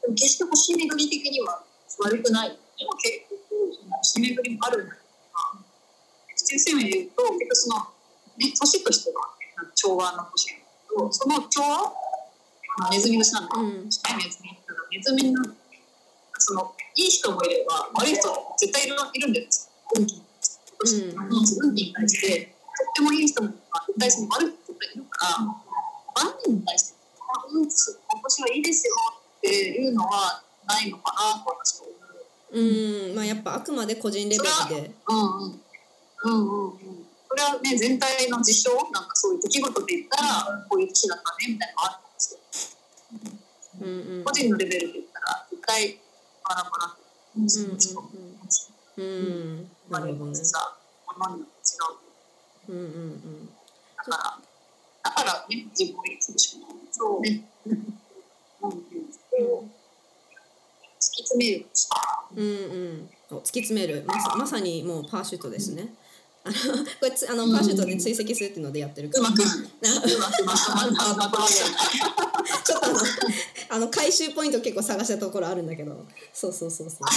でも決して星巡り的には悪くない。でも結構星巡りもあるんだけど、普通生命でいうと結局その、ね、年としては調和の星なんだけど、その調和ネズミ年なんだよ、うん、ネズミネズミのそのいい人もいれば悪い人も絶対いるいるんですよ。運気運気に対してとってもいい人も絶対その悪い人もいるから、万人に対して運気今年はいいですよっていうのはないのかなと私は思う。 うん、まあやっぱあくまで個人レベルで。 うんうんうんうんうん。それはね全体の事象なんかそういう出来事で言ったらこういう年だったねみたいなのがあるんですよ。うんうん、個人のレベルで言ったら絶対バラバラっていう人もうんうんうん、なるほどね。 さ、ままに違う。うんうんうん。だからだからね自分をするしかない。そうね。うんうん。突き詰める。 うんうん。突き詰める。まさまさにもうパーシュートですね。あのこれつあのパーシュートで追跡するっていうのでやってるから。うまくうまくまとまったちょっとあのあの回収ポイント結構探したところあるんだけど、そうそうそうそう。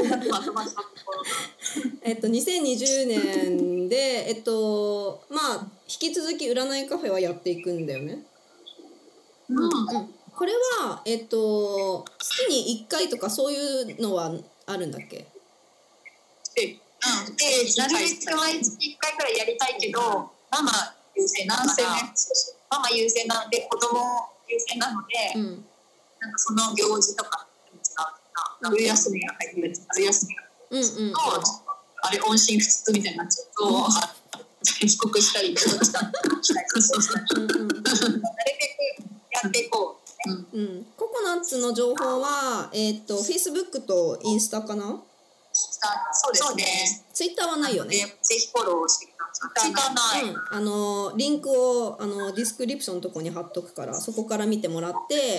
えっとにせんにじゅうねんでえっとまあ引き続き占いカフェはやっていくんだよね。うんうん。これはえっと月にいっかいとかそういうのはあるんだっけ？ えうん、でなるべく毎月いっかいくらいやりたいけど、ママ優先なんで、ママ優先なんで子供優先なので、うん、なんかその行事とか使うとか、春休みが入ってる春休みが入ってると、あれ音信不通みたいになっちゃうと、うん、帰国したりとかしたりそうそうそう、なるべくやっていこう、ねうんうん、ココナッツの情報はえっと Facebook とインスタかな？ そうですね。 ツイッターはないよね。 ぜひフォローしてください。ツイッターない。 うん、あのリンクをあのディスクリプションのところに貼っとくからそこから見てもらって、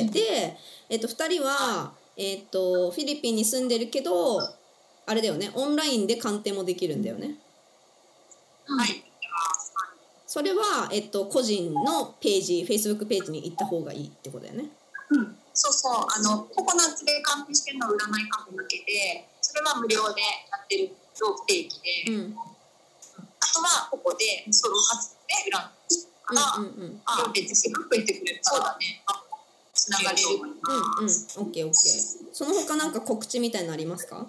うん、で、えっと、ふたりは、えっと、フィリピンに住んでるけどあれだよねオンラインで鑑定もできるんだよね。 はい。 それは、えっと、個人のページ Facebook ページに行った方がいいってことだよね。 うん、そうそうあのココナッツで鑑定してるのは占いカフェだけでそれは無料でやってると不定期で、うん、あとはここでソロ活動で占ってるから、うんうんうん、あでせっかく言ってくれるからそうだねあつながれるうんうん OK OK その他なんか告知みたいなのありますか？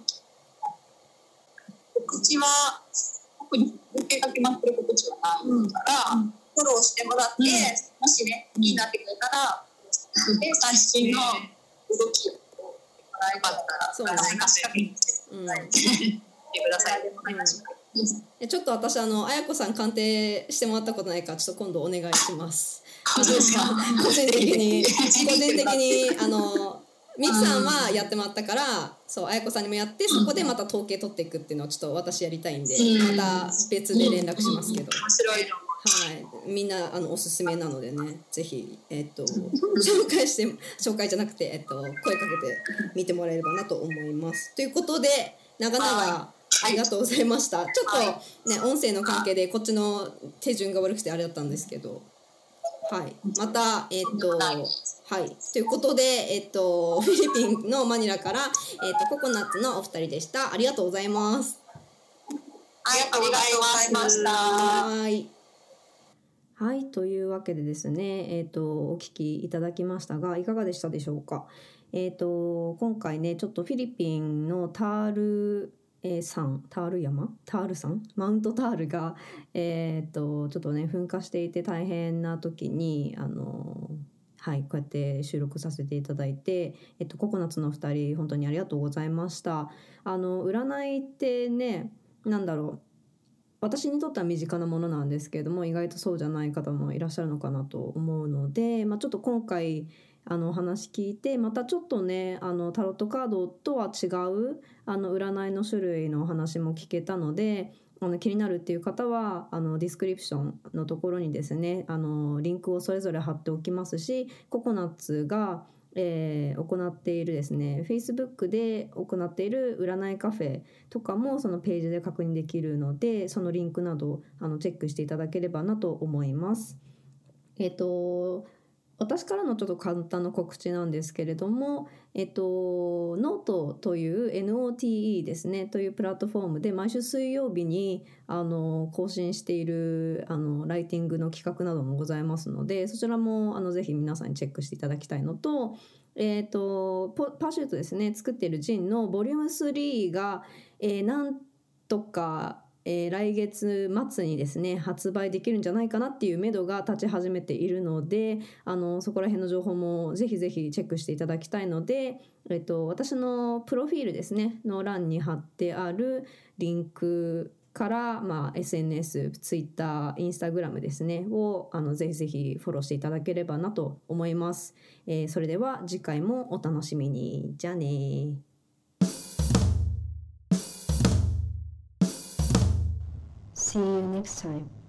告知は特に受けが決まってる告知はないから、うん、フォローしてもらって、うん、もしね気になってくれたらで最新の動きをもらえばったら占いカフェに来てください。 うん、ちょっと私あのあやこさん鑑定してもらったことないからちょっと今度お願いします。個人的に個人的にあのみきさんはやってもらったからそうあやこさんにもやってそこでまた統計取っていくっていうのをちょっと私やりたいんでまた別で連絡しますけど。 面白いの。 はい、みんなあのおすすめなのでねぜひ、えっと、紹介して紹介じゃなくて、えっと、声かけて見てもらえればなと思います。ということで長々ありがとうございました。ちょっとね音声の関係でこっちの手順が悪くてあれだったんですけど、はい、またえっとはいということで、えっと、フィリピンのマニラから、えっと、ココナッツのお二人でした。ありがとうございます。 ありがとうございました。 はいはい、というわけでですね、えーと、お聞きいただきましたがいかがでしたでしょうか。えーと、今回ねちょっとフィリピンのタール、えー、山タール山タール山マウントタールが、えーと、ちょっとね噴火していて大変な時にあのはい、こうやって収録させていただいて、えっと、ココナッツのふたり本当にありがとうございました。あの占いってねなんだろう私にとっては身近なものなんですけれども意外とそうじゃない方もいらっしゃるのかなと思うので、まあ、ちょっと今回あのお話聞いてまたちょっとねあのタロットカードとは違うあの占いの種類のお話も聞けたのであの気になるっていう方はあのディスクリプションのところにですねあのリンクをそれぞれ貼っておきますしココナッツがえー、行っているですね Facebook で行っている占いカフェとかもそのページで確認できるのでそのリンクなどあのチェックしていただければなと思います。えっと私からのちょっと簡単な告知なんですけれども、えっと、ノートという エヌオーティーイー ですねというプラットフォームで毎週水曜日にあの更新しているあのライティングの企画などもございますので、そちらもあのぜひ皆さんにチェックしていただきたいのと、えっと、パーシュートですね作っているジンのボリュームスリーが、えー、なんとかえー、来月末にですね発売できるんじゃないかなっていう目処が立ち始めているので、あのそこら辺の情報もぜひぜひチェックしていただきたいので、えっと、私のプロフィールですねの欄に貼ってあるリンクから、まあ、エスエヌエス、ツイッター、インスタグラムですねをあのぜひぜひフォローしていただければなと思います。えー、それでは次回もお楽しみに。じゃあね。See you next time.